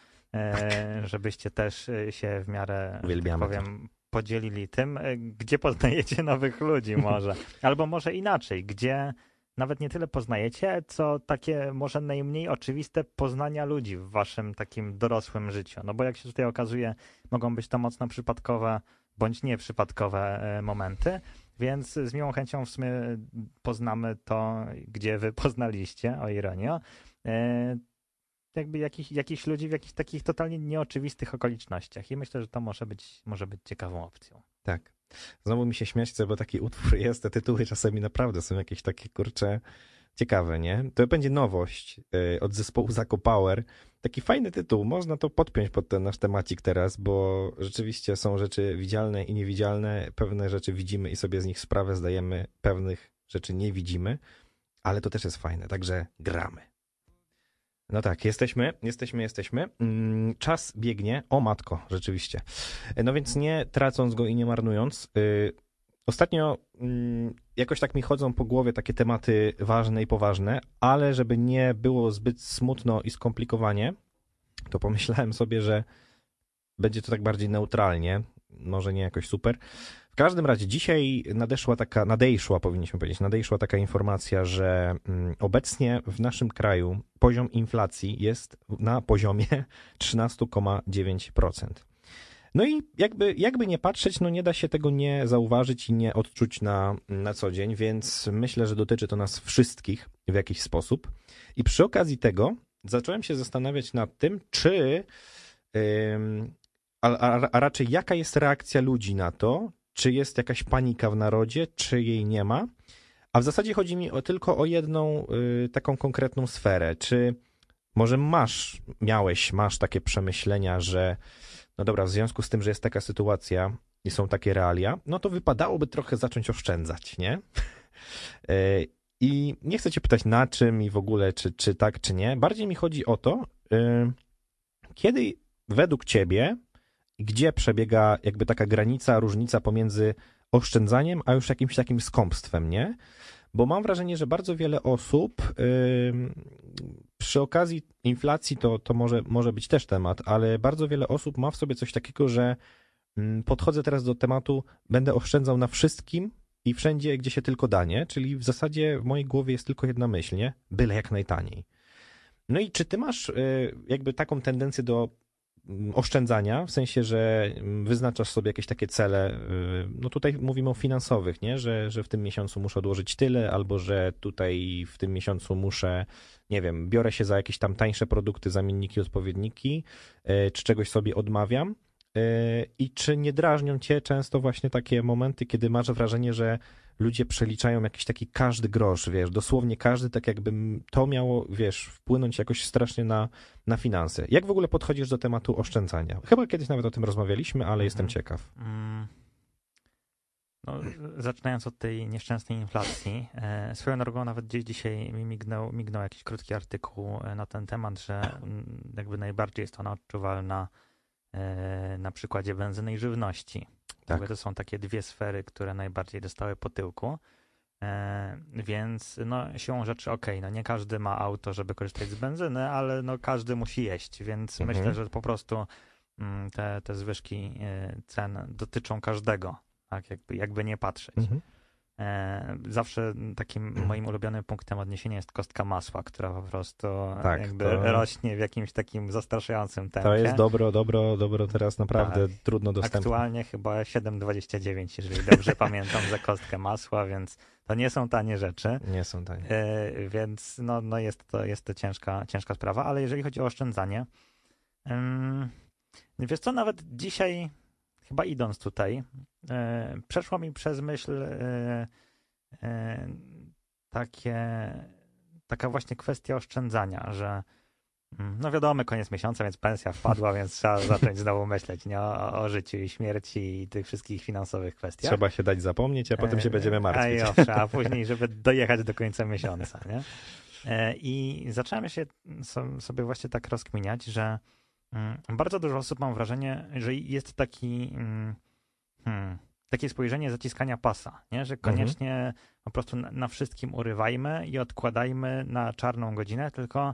y, żebyście też się w miarę, Uwielbiamy tak powiem, to. podzielili tym, gdzie poznajecie nowych ludzi może, albo może inaczej, gdzie nawet nie tyle poznajecie, co takie może najmniej oczywiste poznania ludzi w waszym takim dorosłym życiu. No bo jak się tutaj okazuje, mogą być to mocno przypadkowe bądź nieprzypadkowe momenty, więc z miłą chęcią w sumie poznamy to, gdzie wy poznaliście, o ironio, jakby jakich, jakichś ludzi w jakichś takich totalnie nieoczywistych okolicznościach i myślę, że to może być, może być ciekawą opcją. Tak. Znowu mi się śmiać chce, bo taki utwór jest, te tytuły czasami naprawdę są jakieś takie, kurcze, ciekawe, nie? To będzie nowość yy, od zespołu Zako Power. Taki fajny tytuł, można to podpiąć pod ten nasz temacik teraz, bo rzeczywiście są rzeczy widzialne i niewidzialne. Pewne rzeczy widzimy i sobie z nich sprawę zdajemy, pewnych rzeczy nie widzimy, ale to też jest fajne, także gramy. No tak, jesteśmy, jesteśmy, jesteśmy. Czas biegnie. O matko, rzeczywiście. No więc nie tracąc go i nie marnując. Yy, ostatnio yy, jakoś tak mi chodzą po głowie takie tematy ważne i poważne, ale żeby nie było zbyt smutno i skomplikowanie, to pomyślałem sobie, że będzie to tak bardziej neutralnie, może nie jakoś super. W każdym razie dzisiaj nadeszła taka, nadejszła powinniśmy powiedzieć, nadejszła taka informacja, że obecnie w naszym kraju poziom inflacji jest na poziomie trzynaście przecinek dziewięć procent. No i jakby, jakby nie patrzeć, no nie da się tego nie zauważyć i nie odczuć na, na co dzień, więc myślę, że dotyczy to nas wszystkich w jakiś sposób. I przy okazji tego zacząłem się zastanawiać nad tym, czy, ym, a, a, a raczej jaka jest reakcja ludzi na to, czy jest jakaś panika w narodzie, czy jej nie ma. A w zasadzie chodzi mi o, tylko o jedną y, taką konkretną sferę. Czy może masz, miałeś, masz takie przemyślenia, że no dobra, w związku z tym, że jest taka sytuacja i są takie realia, no to wypadałoby trochę zacząć oszczędzać, nie? I nie chcę cię pytać na czym i w ogóle, czy, czy tak, czy nie. Bardziej mi chodzi o to, kiedy według ciebie, gdzie przebiega jakby taka granica, różnica pomiędzy oszczędzaniem, a już jakimś takim skąpstwem, nie? Bo mam wrażenie, że bardzo wiele osób yy, przy okazji inflacji to, to może, może być też temat, ale bardzo wiele osób ma w sobie coś takiego, że yy, podchodzę teraz do tematu, będę oszczędzał na wszystkim i wszędzie, gdzie się tylko da, nie? Czyli w zasadzie w mojej głowie jest tylko jedna myśl, nie? Byle jak najtaniej. No i czy ty masz yy, jakby taką tendencję do oszczędzania, w sensie, że wyznaczasz sobie jakieś takie cele, no tutaj mówimy o finansowych, nie? Że, że w tym miesiącu muszę odłożyć tyle, albo że tutaj w tym miesiącu muszę, nie wiem, biorę się za jakieś tam tańsze produkty, zamienniki, odpowiedniki, czy czegoś sobie odmawiam i czy nie drażnią cię często właśnie takie momenty, kiedy masz wrażenie, że ludzie przeliczają jakiś taki każdy grosz, wiesz, dosłownie każdy, tak jakby to miało, wiesz, wpłynąć jakoś strasznie na, na finanse. Jak w ogóle podchodzisz do tematu oszczędzania? Chyba kiedyś nawet o tym rozmawialiśmy, ale jestem Mhm. ciekaw. Mm. No, zaczynając od tej nieszczęsnej inflacji, e, swoją drogą nawet gdzieś dzisiaj mi mignął, mignął jakiś krótki artykuł na ten temat, że mm, jakby najbardziej jest ona odczuwalna e, na przykładzie benzyny i żywności. Tak. To są takie dwie sfery, które najbardziej dostały po tyłku, e, więc no siłą rzeczy okej, okay, no nie każdy ma auto, żeby korzystać z benzyny, ale no każdy musi jeść, więc Mhm. myślę, że po prostu mm, te, te zwyżki e, cen dotyczą każdego, tak jakby, jakby nie patrzeć. Mhm. E, zawsze takim moim ulubionym punktem odniesienia jest kostka masła, która po prostu Tak, jakby to- rośnie w jakimś takim zastraszającym tempie. To jest dobro, dobro, dobro teraz naprawdę Tak. trudno dostępne. Aktualnie chyba siedem dwadzieścia dziewięć, jeżeli dobrze pamiętam, za kostkę masła, więc to nie są tanie rzeczy. Nie są tanie. E, więc no, no jest to, jest to ciężka, ciężka sprawa, ale jeżeli chodzi o oszczędzanie, ym, wiesz co, nawet dzisiaj, chyba idąc tutaj, e, przeszło mi przez myśl e, e, takie, taka właśnie kwestia oszczędzania, że mm, no wiadomo, koniec miesiąca, więc pensja wpadła, więc trzeba zacząć znowu myśleć, nie? O, o życiu i śmierci i tych wszystkich finansowych kwestiach. Trzeba się dać zapomnieć, a potem się będziemy A, martwić. i owszem, a później, żeby dojechać do końca miesiąca, nie? E, I zacząłem się so, sobie właśnie tak rozkminiać, że mm, bardzo dużo osób, mam wrażenie, że jest taki mm, hmm, takie spojrzenie zaciskania pasa, nie? Że koniecznie po prostu na, na wszystkim urywajmy i odkładajmy na czarną godzinę, tylko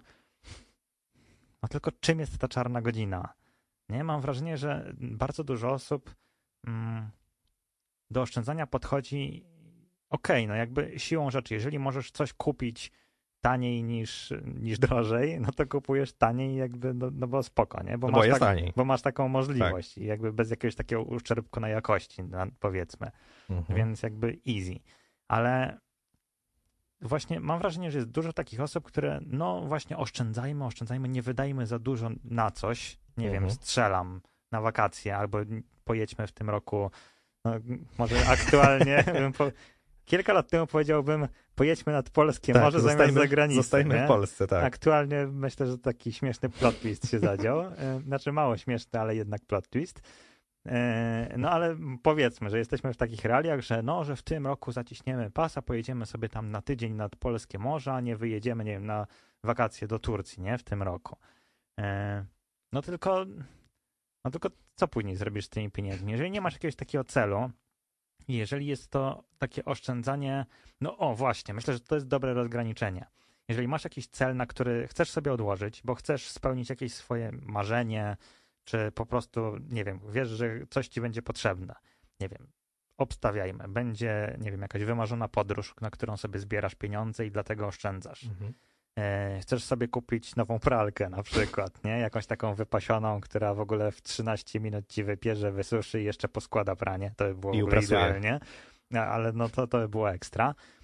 no tylko czym jest ta czarna godzina? Nie? Mam wrażenie, że bardzo dużo osób mm, do oszczędzania podchodzi okej, okay, no jakby siłą rzeczy, jeżeli możesz coś kupić taniej niż, niż drożej, no to kupujesz taniej jakby, no, no bo spoko, nie? Bo, No bo masz jest tak, taniej. bo masz taką możliwość i jakby bez jakiegoś takiego uszczerbku na jakości, na, powiedzmy. Mhm. Więc jakby easy. Ale właśnie mam wrażenie, że jest dużo takich osób, które no właśnie oszczędzajmy, oszczędzajmy, nie wydajmy za dużo na coś, nie Mhm. wiem, strzelam na wakacje albo pojedźmy w tym roku, no, może aktualnie bym po, kilka lat temu powiedziałbym, pojedźmy nad polskie Tak, morze zamiast zostajmy- za granicę. Zostajmy nie? w Polsce, tak. Aktualnie myślę, że taki śmieszny plot twist się zadział. E, Znaczy mało śmieszny, ale jednak plot twist. E, No ale powiedzmy, że jesteśmy w takich realiach, że no, że w tym roku zaciśniemy pasa, pojedziemy sobie tam na tydzień nad polskie morza, nie wyjedziemy, nie wiem, na wakacje do Turcji, nie, w tym roku. E, No tylko, no tylko co później zrobisz z tymi pieniędzmi? Jeżeli nie masz jakiegoś takiego celu, i jeżeli jest to takie oszczędzanie, no o właśnie, myślę, że to jest dobre rozgraniczenie. Jeżeli masz jakiś cel, na który chcesz sobie odłożyć, bo chcesz spełnić jakieś swoje marzenie, czy po prostu, nie wiem, wiesz, że coś ci będzie potrzebne, nie wiem, obstawiajmy, będzie, nie wiem, jakaś wymarzona podróż, na którą sobie zbierasz pieniądze i dlatego oszczędzasz. Mhm. E, chcesz sobie kupić nową pralkę na przykład, nie? Jakąś taką wypasioną, która w ogóle w trzynaście minut ci wypierze, wysuszy i jeszcze poskłada pranie. To by było I w ogóle uprasuje. idealnie. A, Ale no to, to by było ekstra.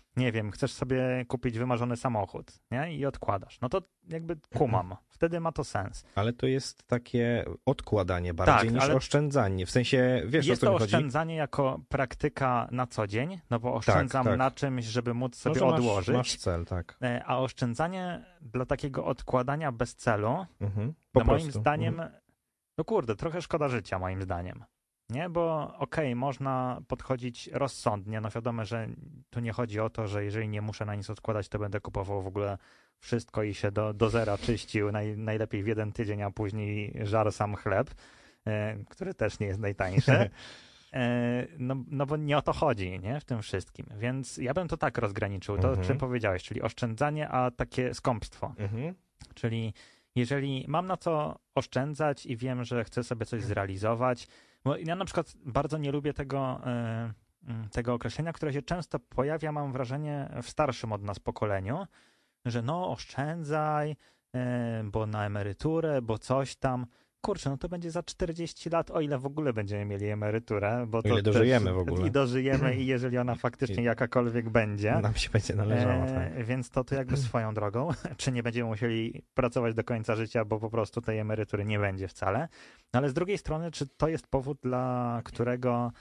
nie wiem, chcesz sobie kupić wymarzony samochód, nie? I odkładasz. No to jakby kumam. Wtedy ma to sens. Ale to jest takie odkładanie bardziej Tak, niż ale oszczędzanie. W sensie, wiesz, jest o co to mi chodzi? oszczędzanie jako praktyka na co dzień, no bo oszczędzam tak. na czymś, żeby móc sobie No, że masz, odłożyć. masz cel, tak. E, A oszczędzanie dla takiego odkładania bez celu, Mhm. Po no prostu. moim zdaniem, Mhm. no kurde, trochę szkoda życia moim zdaniem. Nie, bo okej, okay, można podchodzić rozsądnie, no wiadomo, że tu nie chodzi o to, że jeżeli nie muszę na nic odkładać, to będę kupował w ogóle wszystko i się do, do zera czyścił, naj, najlepiej w jeden tydzień, a później żar sam chleb, e, który też nie jest najtańszy. E, no, no bo nie o to chodzi, nie, w tym wszystkim. Więc ja bym to tak rozgraniczył, to Mhm. czym powiedziałeś, czyli oszczędzanie, a takie skąpstwo. Mhm. Czyli jeżeli mam na co oszczędzać i wiem, że chcę sobie coś zrealizować, bo ja na przykład bardzo nie lubię tego, y, tego określenia, które się często pojawia, mam wrażenie, w starszym od nas pokoleniu, że no oszczędzaj, y, bo na emeryturę, bo coś tam. Kurczę, no to będzie za czterdzieści lat, o ile w ogóle będziemy mieli emeryturę. Bo to ile dożyjemy też, w ogóle. I dożyjemy, i jeżeli ona faktycznie jakakolwiek będzie. Nam się będzie należało, tak. E, więc to, to jakby swoją drogą. Czy nie będziemy musieli pracować do końca życia, bo po prostu tej emerytury nie będzie wcale. No ale z drugiej strony, czy to jest powód, dla którego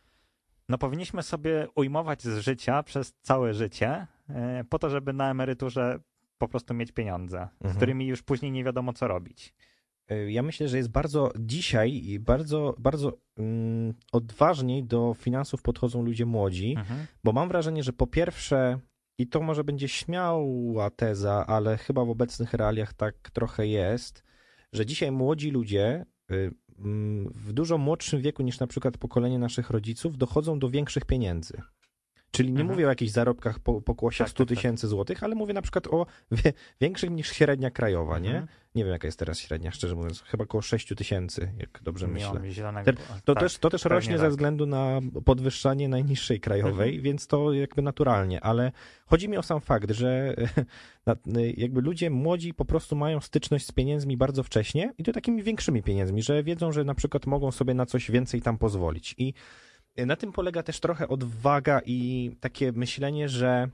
no powinniśmy sobie ujmować z życia przez całe życie, e, po to, żeby na emeryturze po prostu mieć pieniądze, Mhm. z którymi już później nie wiadomo, co robić. Ja myślę, że jest bardzo dzisiaj bardzo, bardzo mm, odważniej do finansów podchodzą ludzie młodzi, Mhm. bo mam wrażenie, że po pierwsze, i to może będzie śmiała teza, ale chyba w obecnych realiach tak trochę jest, że dzisiaj młodzi ludzie y, mm, w dużo młodszym wieku niż na przykład pokolenie naszych rodziców dochodzą do większych pieniędzy. Czyli nie Mhm. mówię o jakichś zarobkach po, pokłosia Tak, sto tak, tak. tysięcy złotych, ale mówię na przykład o wie, większych niż średnia krajowa, nie? Mhm. Nie wiem, jaka jest teraz średnia, szczerze mówiąc. Chyba około sześć tysięcy, jak dobrze Nie myślę. mam zielonego. Te, to, tak, też, to też pewnie rośnie ze tak. względu na podwyższanie najniższej krajowej, Mhm. więc to jakby naturalnie, ale chodzi mi o sam fakt, że na- jakby ludzie młodzi po prostu mają styczność z pieniędzmi bardzo wcześnie i to takimi większymi pieniędzmi, że wiedzą, że na przykład mogą sobie na coś więcej tam pozwolić. I na tym polega też trochę odwaga i takie myślenie, że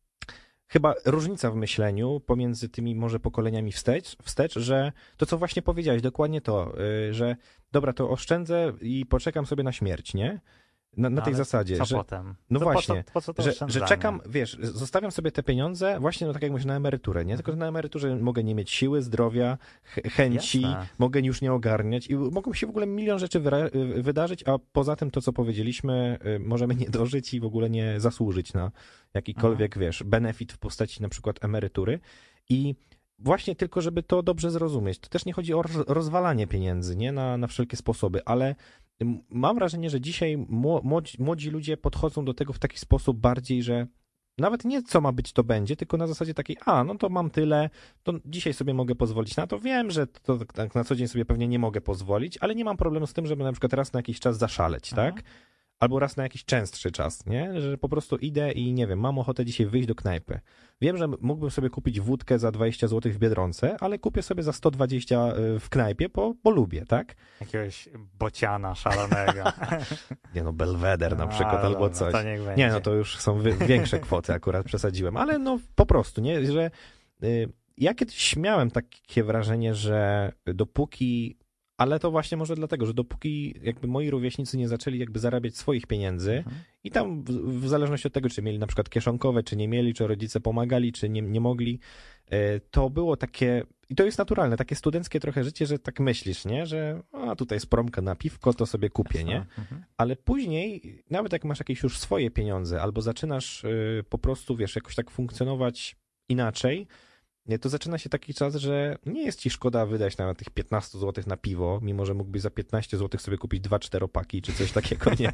chyba różnica w myśleniu pomiędzy tymi może pokoleniami wstecz, wstecz, że to, co właśnie powiedziałeś, dokładnie to, y, że dobra, to oszczędzę i poczekam sobie na śmierć, nie? Na, na No, tej ale zasadzie, Co że, potem? no To właśnie, po co, po co to że, że oszczędzanie? czekam, wiesz, zostawiam sobie te pieniądze właśnie, no tak jak mówisz, na emeryturę, nie? Tylko, że na emeryturze mogę nie mieć siły, zdrowia, ch- chęci, Jasne. mogę już nie ogarniać i mogą się w ogóle milion rzeczy wyra- wydarzyć, a poza tym to, co powiedzieliśmy, y, możemy nie dożyć i w ogóle nie zasłużyć na jakikolwiek, Mhm. wiesz, benefit w postaci na przykład emerytury i właśnie tylko, żeby to dobrze zrozumieć, to też nie chodzi o roz- rozwalanie pieniędzy, nie? Na, na wszelkie sposoby, ale m- mam wrażenie, że dzisiaj mło- młodzi, młodzi ludzie podchodzą do tego w taki sposób bardziej, że nawet nie co ma być, to będzie, tylko na zasadzie takiej, a, no to mam tyle, to dzisiaj sobie mogę pozwolić na to. Wiem, że to tak na co dzień sobie pewnie nie mogę pozwolić, ale nie mam problemu z tym, żeby na przykład raz na jakiś czas zaszaleć, Mhm. tak? Albo raz na jakiś częstszy czas, nie? Że po prostu idę i nie wiem, mam ochotę dzisiaj wyjść do knajpy. Wiem, że mógłbym sobie kupić wódkę za dwadzieścia złotych w Biedronce, ale kupię sobie za sto dwadzieścia w knajpie, bo, bo lubię, tak? Jakiegoś bociana szalonego. Nie no, Belweder na przykład, A, albo dobra, coś. To niech będzie. Nie, no to już są wy- większe kwoty, akurat przesadziłem, ale no po prostu, nie, że y, ja kiedyś miałem takie wrażenie, że dopóki, ale to właśnie może dlatego, że dopóki jakby moi rówieśnicy nie zaczęli jakby zarabiać swoich pieniędzy Mhm. i tam w, w zależności od tego, czy mieli na przykład kieszonkowe, czy nie mieli, czy rodzice pomagali, czy nie, nie mogli, y, to było takie, i to jest naturalne, takie studenckie trochę życie, że tak myślisz, nie, że a tutaj jest promka na piwko, to sobie kupię, nie? Mhm. Ale później, nawet jak masz jakieś już swoje pieniądze, albo zaczynasz y, po prostu, wiesz, jakoś tak funkcjonować inaczej, nie, to zaczyna się taki czas, że nie jest ci szkoda wydać nawet tych piętnaście złotych na piwo, mimo że mógłbyś za piętnaście złotych sobie kupić dwa czteropaki, czy coś takiego, nie?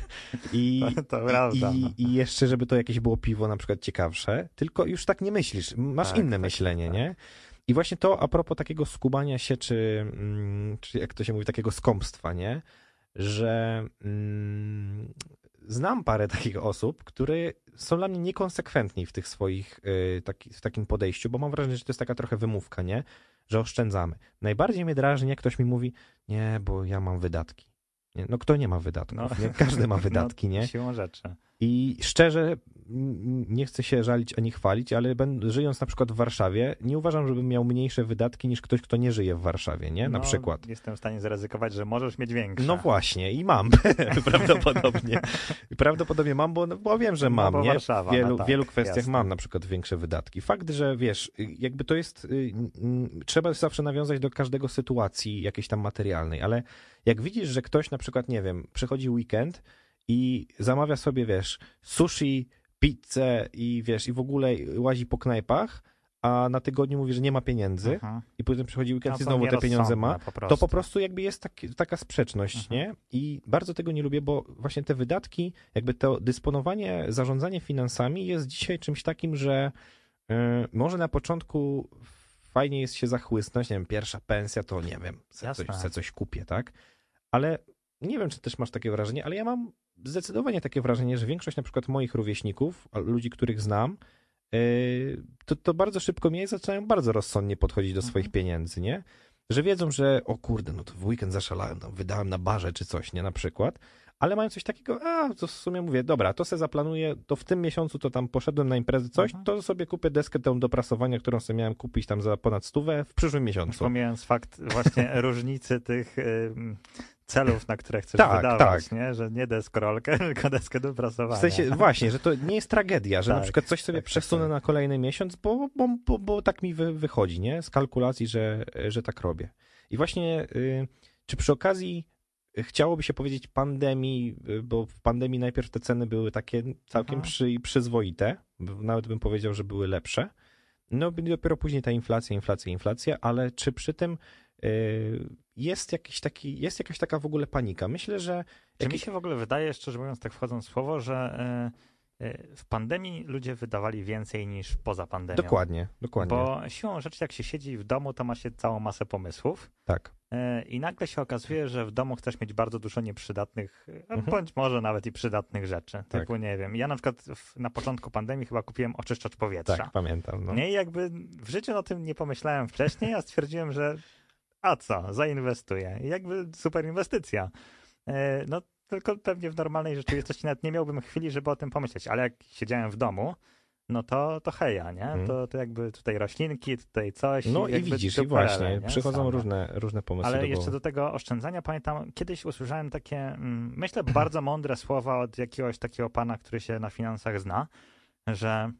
I, To, to prawda. i, I jeszcze, żeby to jakieś było piwo na przykład ciekawsze, tylko już tak nie myślisz, masz Tak, inne tak, myślenie, tak. nie? I właśnie to a propos takiego skubania się, czy, mm, czy jak to się mówi, takiego skąpstwa, nie? Że mm, znam parę takich osób, które są dla mnie niekonsekwentni w tych swoich, y, taki, w takim podejściu, bo mam wrażenie, że to jest taka trochę wymówka, nie? Że oszczędzamy. Najbardziej mnie drażni, jak ktoś mi mówi, nie, bo ja mam wydatki. Nie? No kto nie ma wydatków? No. Nie? Każdy ma wydatki, no, nie? Siłą rzeczy. I szczerze, nie chcę się żalić ani chwalić, ale ben, żyjąc na przykład w Warszawie, nie uważam, żebym miał mniejsze wydatki niż ktoś, kto nie żyje w Warszawie, nie? Na no, przykład. Jestem w stanie zaryzykować, że możesz mieć większe. No właśnie i mam prawdopodobnie. Prawdopodobnie mam, bo, bo wiem, że mam, no, nie? Warszawa, W wielu, no tak, wielu kwestiach jasne. mam na przykład większe wydatki. Fakt, że wiesz, jakby to jest, trzeba zawsze nawiązać do każdego sytuacji jakiejś tam materialnej, ale jak widzisz, że ktoś na przykład, nie wiem, przychodzi weekend i zamawia sobie, wiesz, sushi, pizzę i wiesz, i w ogóle łazi po knajpach, a na tygodniu mówi, że nie ma pieniędzy Aha. i potem przychodzi weekend No, i są znowu te pieniądze ma, po prostu. to po prostu jakby jest taki, taka sprzeczność, Mhm. nie? I bardzo tego nie lubię, bo właśnie te wydatki, jakby to dysponowanie, zarządzanie finansami jest dzisiaj czymś takim, że y, może na początku fajnie jest się zachłysnąć, nie wiem, pierwsza pensja, to nie wiem, se coś, se coś kupię, tak? Ale nie wiem, czy też masz takie wrażenie, ale ja mam zdecydowanie takie wrażenie, że większość na przykład moich rówieśników, ludzi, których znam, yy, to, to bardzo szybko mnie zaczynają bardzo rozsądnie podchodzić do swoich Mhm. pieniędzy, nie? Że wiedzą, że o kurde, no to w weekend zaszalałem, tam wydałem na barze czy coś, nie? Na przykład. Ale mają coś takiego, a to w sumie mówię, dobra, to se zaplanuję, to w tym miesiącu to tam poszedłem na imprezę coś, Mhm. to sobie kupię deskę tą do prasowania, którą sobie miałem kupić tam za ponad stówę w przyszłym miesiącu. Pomijając fakt właśnie różnicy tych y, celów, na które chcesz Tak, wydawać, tak. nie? Że nie deskorolkę, tylko deskę do prasowania. W sensie właśnie, że to nie jest tragedia, że Tak, na przykład coś sobie tak, tak, przesunę tak. na kolejny miesiąc, bo, bo, bo, bo tak mi wy, wychodzi, nie? Z kalkulacji, że, że tak robię. I właśnie, y, czy przy okazji chciałoby się powiedzieć pandemii, y, bo w pandemii najpierw te ceny były takie całkiem przy, przyzwoite, nawet bym powiedział, że były lepsze. No i dopiero później ta inflacja, inflacja, inflacja, ale czy przy tym y, jest, jakiś taki, jest jakaś taka w ogóle panika? Myślę, że... Czy jakiś... mi się w ogóle wydaje, szczerze mówiąc, tak wchodząc w słowo, że y, y, w pandemii ludzie wydawali więcej niż poza pandemią. Dokładnie, dokładnie. Bo siłą rzeczy, jak się siedzi w domu, to ma się całą masę pomysłów. Tak. y, I nagle się okazuje, że w domu chcesz mieć bardzo dużo nieprzydatnych, a Mhm. bądź może nawet i przydatnych rzeczy. Tak. Typu, nie wiem, ja na przykład w, na początku pandemii chyba kupiłem oczyszczacz powietrza. Tak, pamiętam. No. Nie, i jakby w życiu o tym nie pomyślałem wcześniej, a stwierdziłem, że a co, zainwestuję. I jakby super inwestycja. E, No tylko pewnie w normalnej rzeczywistości nawet nie miałbym chwili, żeby o tym pomyśleć, ale jak siedziałem w domu, no to, to heja, nie? Mhm. To, to jakby tutaj roślinki, tutaj coś. No i jakby widzisz, to i właśnie, parele, nie? przychodzą Same. różne, różne pomysły Ale do jeszcze głowy. do tego oszczędzania, pamiętam, kiedyś usłyszałem takie, mm, myślę, bardzo mądre słowa od jakiegoś takiego pana, który się na finansach zna, że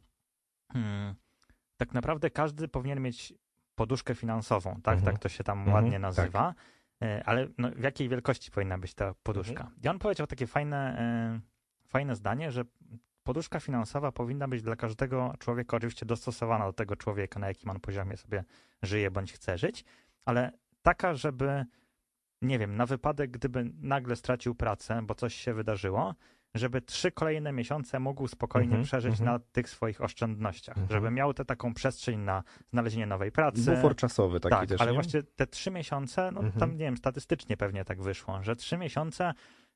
mm, tak naprawdę każdy powinien mieć poduszkę finansową, tak, Mhm. tak to się tam Mhm, ładnie nazywa, e, ale no, w jakiej wielkości powinna być ta poduszka? Mhm. I on powiedział takie fajne, e, fajne zdanie, że poduszka finansowa powinna być dla każdego człowieka oczywiście dostosowana do tego człowieka, na jakim on poziomie sobie żyje bądź chce żyć, ale taka, żeby, nie wiem, na wypadek, gdyby nagle stracił pracę, bo coś się wydarzyło, żeby trzy kolejne miesiące mógł spokojnie Mhm, przeżyć mhm. na tych swoich oszczędnościach, Mhm. żeby miał tę taką przestrzeń na znalezienie nowej pracy. Bufor czasowy taki tak, też, ale nie? właśnie te trzy miesiące, no Mhm. tam nie wiem, statystycznie pewnie tak wyszło, że trzy miesiące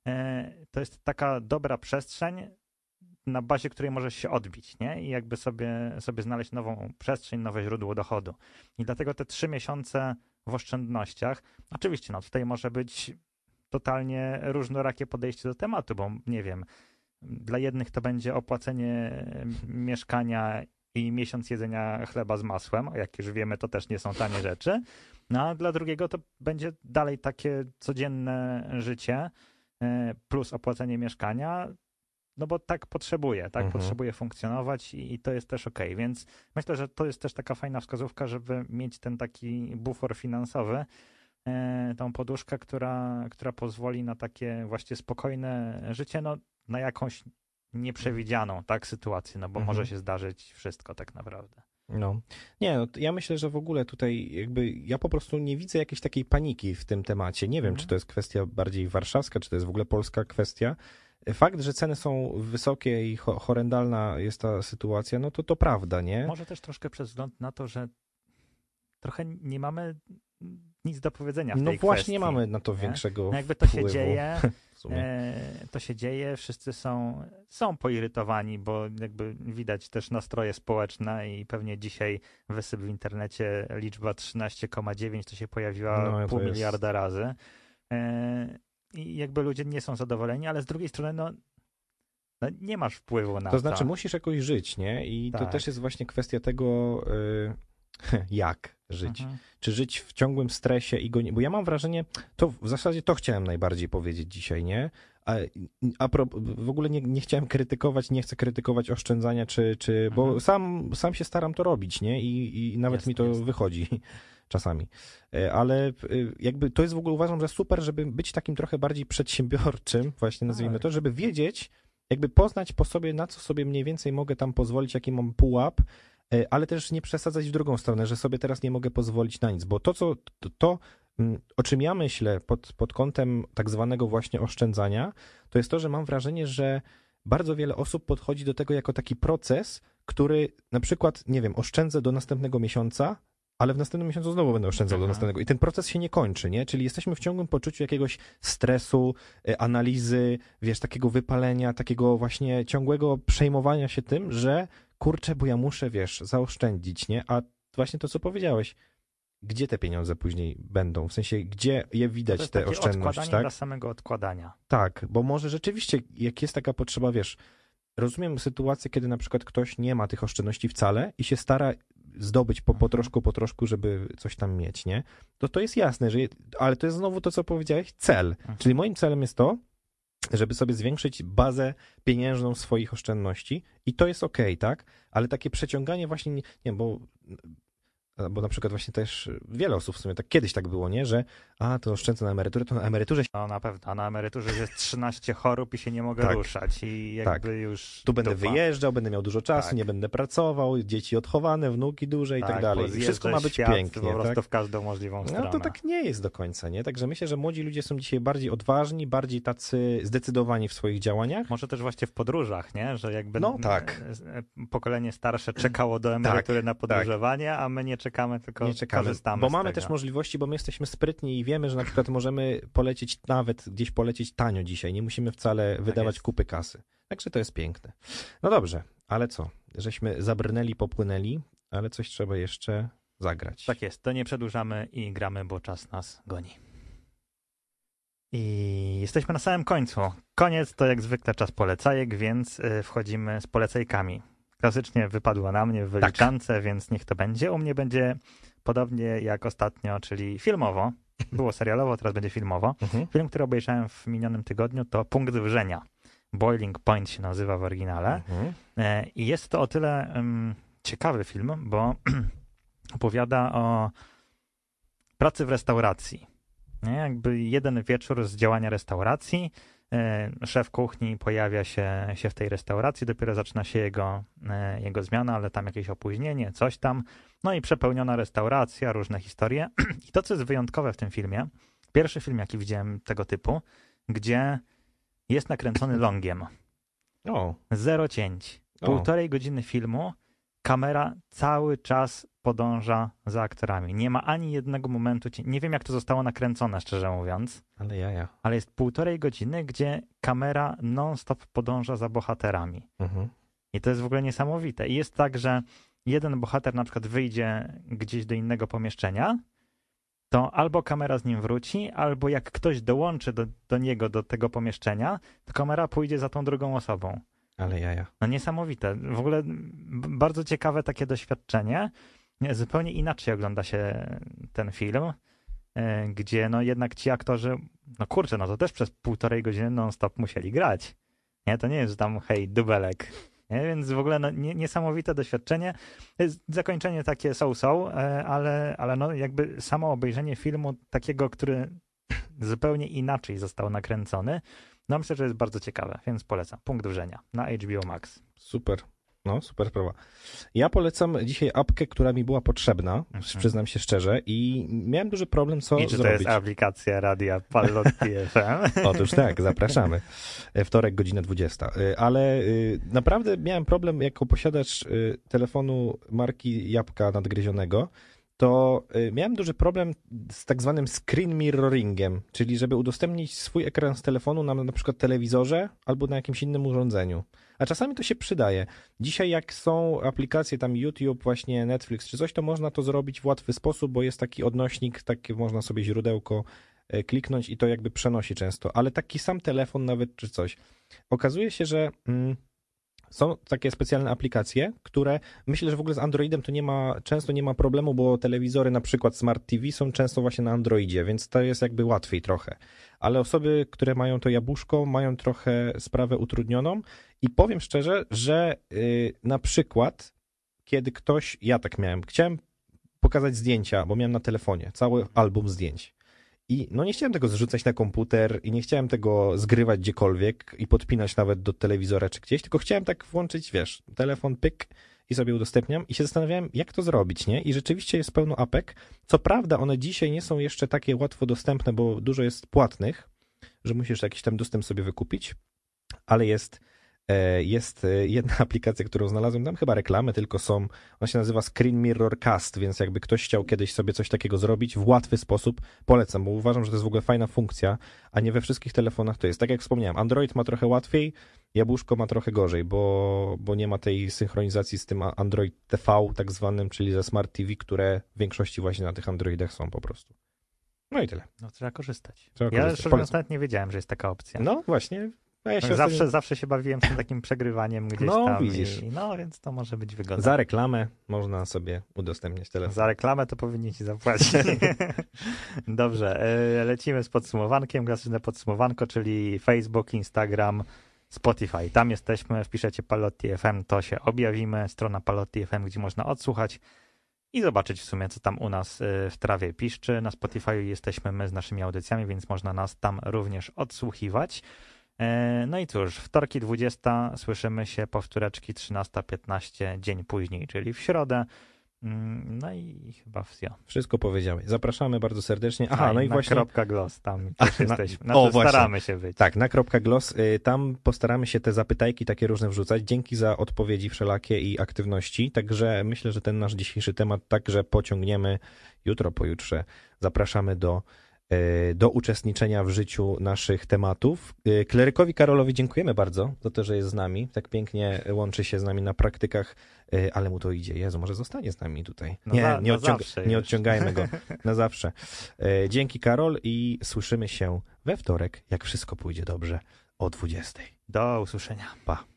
e, to jest taka dobra przestrzeń, na bazie której możesz się odbić, nie? I jakby sobie, sobie znaleźć nową przestrzeń, nowe źródło dochodu. I dlatego te trzy miesiące w oszczędnościach, oczywiście, no tutaj może być totalnie różnorakie podejście do tematu, bo nie wiem, dla jednych to będzie opłacenie mieszkania i miesiąc jedzenia chleba z masłem, jak już wiemy, to też nie są tanie rzeczy, no a dla drugiego to będzie dalej takie codzienne życie e, plus opłacenie mieszkania, no bo tak potrzebuje, tak Mhm. potrzebuje funkcjonować i, i to jest też okej, więc myślę, że to jest też taka fajna wskazówka, żeby mieć ten taki bufor finansowy, e, tą poduszkę, która, która pozwoli na takie właśnie spokojne życie, no na jakąś nieprzewidzianą tak sytuację, no bo Mhm. może się zdarzyć wszystko tak naprawdę. No. Nie, no, ja myślę, że w ogóle tutaj jakby ja po prostu nie widzę jakiejś takiej paniki w tym temacie. Nie wiem, Mhm. czy to jest kwestia bardziej warszawska, czy to jest w ogóle polska kwestia. Fakt, że ceny są wysokie i ho- horrendalna jest ta sytuacja, no to to prawda, nie? Może też troszkę przez wzgląd na to, że trochę nie mamy nic do powiedzenia w No tej właśnie kwestii. nie mamy na to nie? większego No jakby to się wpływu dzieje, w sumie. e, to się dzieje, wszyscy są, są poirytowani, bo jakby widać też nastroje społeczne i pewnie dzisiaj wysyp w internecie liczba trzynaście przecinek dziewięć to się pojawiła No, to pół jest- miliarda razy. E, I jakby ludzie nie są zadowoleni, ale z drugiej strony no, no nie masz wpływu na to. To znaczy musisz jakoś żyć, nie? I tak. to też jest właśnie kwestia tego, y, jak żyć. Mhm. Czy żyć w ciągłym stresie i go nie... Bo ja mam wrażenie, to w zasadzie to chciałem najbardziej powiedzieć dzisiaj, nie? A, a pro, w ogóle nie, nie chciałem krytykować, nie chcę krytykować oszczędzania, czy, czy mhm. bo sam, sam się staram to robić, nie? I, i nawet jest, mi to jest. wychodzi czasami. Ale jakby to jest w ogóle, uważam, że super, żeby być takim trochę bardziej przedsiębiorczym, właśnie nazwijmy to, żeby wiedzieć, jakby poznać po sobie, na co sobie mniej więcej mogę tam pozwolić, jaki mam pułap, ale też nie przesadzać w drugą stronę, że sobie teraz nie mogę pozwolić na nic, bo to, co, to, to o czym ja myślę pod, pod kątem tak zwanego właśnie oszczędzania, to jest to, że mam wrażenie, że bardzo wiele osób podchodzi do tego jako taki proces, który na przykład, nie wiem, oszczędzę do następnego miesiąca, ale w następnym miesiącu znowu będę oszczędzał Aha. do następnego. I ten proces się nie kończy, nie? Czyli jesteśmy w ciągłym poczuciu jakiegoś stresu, analizy, wiesz, takiego wypalenia, takiego właśnie ciągłego przejmowania się tym, że kurczę, bo ja muszę, wiesz, zaoszczędzić, nie? A właśnie to, co powiedziałeś, gdzie te pieniądze później będą? W sensie, gdzie je widać, to jest tę oszczędność, odkładanie tak? dla samego odkładania. Tak, bo może rzeczywiście, jak jest taka potrzeba, wiesz, rozumiem sytuację, kiedy na przykład ktoś nie ma tych oszczędności wcale i się stara zdobyć po, po troszku, po troszku, żeby coś tam mieć, nie? To to jest jasne, że je, ale to jest znowu to, co powiedziałeś, cel. Mhm. Czyli moim celem jest to, żeby sobie zwiększyć bazę pieniężną swoich oszczędności i to jest okej, tak? Ale takie przeciąganie właśnie, nie, nie bo... Bo na przykład właśnie też wiele osób w sumie tak kiedyś tak było, nie? Że a, to oszczędzę na emeryturę, to na emeryturze... No na pewno, a na emeryturze jest trzynaście chorób i się nie mogę tak. ruszać i jakby tak. już... Tu będę dupa. wyjeżdżał, będę miał dużo czasu, tak. nie będę pracował, dzieci odchowane, wnuki duże i tak, tak dalej. I wszystko ma być pięknie, po prostu tak? w każdą możliwą stronę. No to tak nie jest do końca, nie? Także myślę, że młodzi ludzie są dzisiaj bardziej odważni, bardziej tacy zdecydowani w swoich działaniach. Może też właśnie w podróżach, nie? Że jakby no, tak. pokolenie starsze czekało do emerytury tak, na podróżowanie, tak. a my nie czekamy, tylko nie czekamy, korzystamy bo z mamy tego. też możliwości, bo my jesteśmy sprytni i wiemy, że na przykład możemy polecieć nawet gdzieś polecieć tanio dzisiaj. Nie musimy wcale tak wydawać jest. kupy kasy. Także to jest piękne. No dobrze, ale co? Żeśmy zabrnęli, popłynęli, ale coś trzeba jeszcze zagrać. Tak jest, to nie przedłużamy i gramy, bo czas nas goni. I jesteśmy na samym końcu. Koniec to jak zwykle czas polecajek, więc wchodzimy z polecajkami. Klasycznie wypadło na mnie w wyliczance, tak. więc niech to będzie. U mnie będzie podobnie jak ostatnio, czyli filmowo. Było serialowo, teraz będzie filmowo. Mhm. Film, który obejrzałem w minionym tygodniu, to Punkt Wrzenia. Boiling Point się nazywa w oryginale. Mhm. I jest to o tyle um, ciekawy film, bo opowiada o pracy w restauracji. Nie? Jakby jeden wieczór z działania restauracji. Szef kuchni pojawia się, się w tej restauracji, dopiero zaczyna się jego, jego zmiana, ale tam jakieś opóźnienie, coś tam. No i przepełniona restauracja, różne historie. I to, co jest wyjątkowe w tym filmie, pierwszy film, jaki widziałem tego typu, gdzie jest nakręcony longiem. O. Zero cięć. Półtorej godziny filmu, kamera cały czas podąża za aktorami. Nie ma ani jednego momentu, nie wiem jak to zostało nakręcone, szczerze mówiąc. Ale jaja. Ale jest półtorej godziny, gdzie kamera non-stop podąża za bohaterami. Mhm. I to jest w ogóle niesamowite. I jest tak, że jeden bohater na przykład wyjdzie gdzieś do innego pomieszczenia, to albo kamera z nim wróci, albo jak ktoś dołączy do, do niego, do tego pomieszczenia, to kamera pójdzie za tą drugą osobą. Ale jaja. No niesamowite. W ogóle bardzo ciekawe takie doświadczenie. Zupełnie inaczej ogląda się ten film, gdzie no jednak ci aktorzy, no kurczę, no to też przez półtorej godziny non-stop musieli grać. Nie, to nie jest tam hej, dubelek. Nie? Więc w ogóle no, nie, niesamowite doświadczenie. Zakończenie takie so-so, ale, ale no jakby samo obejrzenie filmu takiego, który zupełnie inaczej został nakręcony, no myślę, że jest bardzo ciekawe, więc polecam. Punkt Wrzenia na H B O Max. Super. No, super sprawa. Ja polecam dzisiaj apkę, która mi była potrzebna, mhm. przyznam się szczerze, i miałem duży problem, co I czy zrobić. to jest aplikacja Radia Palotti F M? Otóż tak, zapraszamy. Wtorek, godzina dwudziesta. Ale naprawdę miałem problem, jako posiadacz telefonu marki Jabłka Nadgryzionego, to miałem duży problem z tak zwanym screen mirroringiem, czyli żeby udostępnić swój ekran z telefonu na na przykład telewizorze albo na jakimś innym urządzeniu. A czasami to się przydaje. Dzisiaj jak są aplikacje tam YouTube, właśnie Netflix czy coś, to można to zrobić w łatwy sposób, bo jest taki odnośnik, takie można sobie źródełko kliknąć i to jakby przenosi często, ale taki sam telefon nawet czy coś. Okazuje się, że mm, są takie specjalne aplikacje, które myślę, że w ogóle z Androidem to nie ma, często nie ma problemu, bo telewizory na przykład Smart T V są często właśnie na Androidzie, więc to jest jakby łatwiej trochę. Ale osoby, które mają to jabłuszko, mają trochę sprawę utrudnioną i powiem szczerze, że yy, na przykład kiedy ktoś, ja tak miałem, chciałem pokazać zdjęcia, bo miałem na telefonie cały album zdjęć. I no nie chciałem tego zrzucać na komputer i nie chciałem tego zgrywać gdziekolwiek i podpinać nawet do telewizora czy gdzieś, tylko chciałem tak włączyć, wiesz, telefon, pyk i sobie udostępniam i się zastanawiałem, jak to zrobić, nie? I rzeczywiście jest pełno apek. Co prawda one dzisiaj nie są jeszcze takie łatwo dostępne, bo dużo jest płatnych, że musisz jakiś tam dostęp sobie wykupić, ale jest Jest jedna aplikacja, którą znalazłem, tam chyba reklamy tylko są, ona się nazywa Screen Mirror Cast, więc jakby ktoś chciał kiedyś sobie coś takiego zrobić w łatwy sposób, polecam, bo uważam, że to jest w ogóle fajna funkcja, a nie we wszystkich telefonach to jest. Tak jak wspomniałem, Android ma trochę łatwiej, Jabłuszko ma trochę gorzej, bo, bo nie ma tej synchronizacji z tym Android T V tak zwanym, czyli ze Smart T V, które w większości właśnie na tych Androidach są po prostu. No i tyle. No trzeba korzystać. Trzeba ja korzystać. szczerze mówiąc nawet nie wiedziałem, że jest taka opcja. No właśnie. No ja się zawsze, ostatnio... zawsze się bawiłem z tym takim przegrywaniem gdzieś no, tam. Widzisz. I, no więc to może być wygodne. Za reklamę można sobie udostępniać telefon. Za reklamę to powinni ci zapłacić. Dobrze, lecimy z podsumowankiem. Klasyczne podsumowanko, czyli Facebook, Instagram, Spotify. Tam jesteśmy, wpiszecie Palotti F M, to się objawimy. Strona Palotti F M, gdzie można odsłuchać i zobaczyć w sumie, co tam u nas w trawie piszczy. Na Spotify jesteśmy my z naszymi audycjami, więc można nas tam również odsłuchiwać. No i cóż, wtorki dwudziesta słyszymy się, powtóreczki trzynasta piętnaście dzień później, czyli w środę. No i chyba wsio. Wszystko powiedziałeś. Zapraszamy bardzo serdecznie. Aha, A, no i na właśnie... kropka gloss, tam też na... jesteśmy. O, znaczy, właśnie. Staramy się być. Tak, na kropka gloss. Tam postaramy się te zapytajki takie różne wrzucać. Dzięki za odpowiedzi wszelakie i aktywności. Także myślę, że ten nasz dzisiejszy temat także pociągniemy jutro, pojutrze. Zapraszamy do do uczestniczenia w życiu naszych tematów. Klerykowi Karolowi dziękujemy bardzo za to, że jest z nami. Tak pięknie łączy się z nami na praktykach, ale mu to idzie. Jezu, może zostanie z nami tutaj. No nie, za, nie, odciąga, nie już. odciągajmy go na zawsze. Dzięki, Karol, i słyszymy się we wtorek, jak wszystko pójdzie dobrze, o dwudziestej. Do usłyszenia. Pa.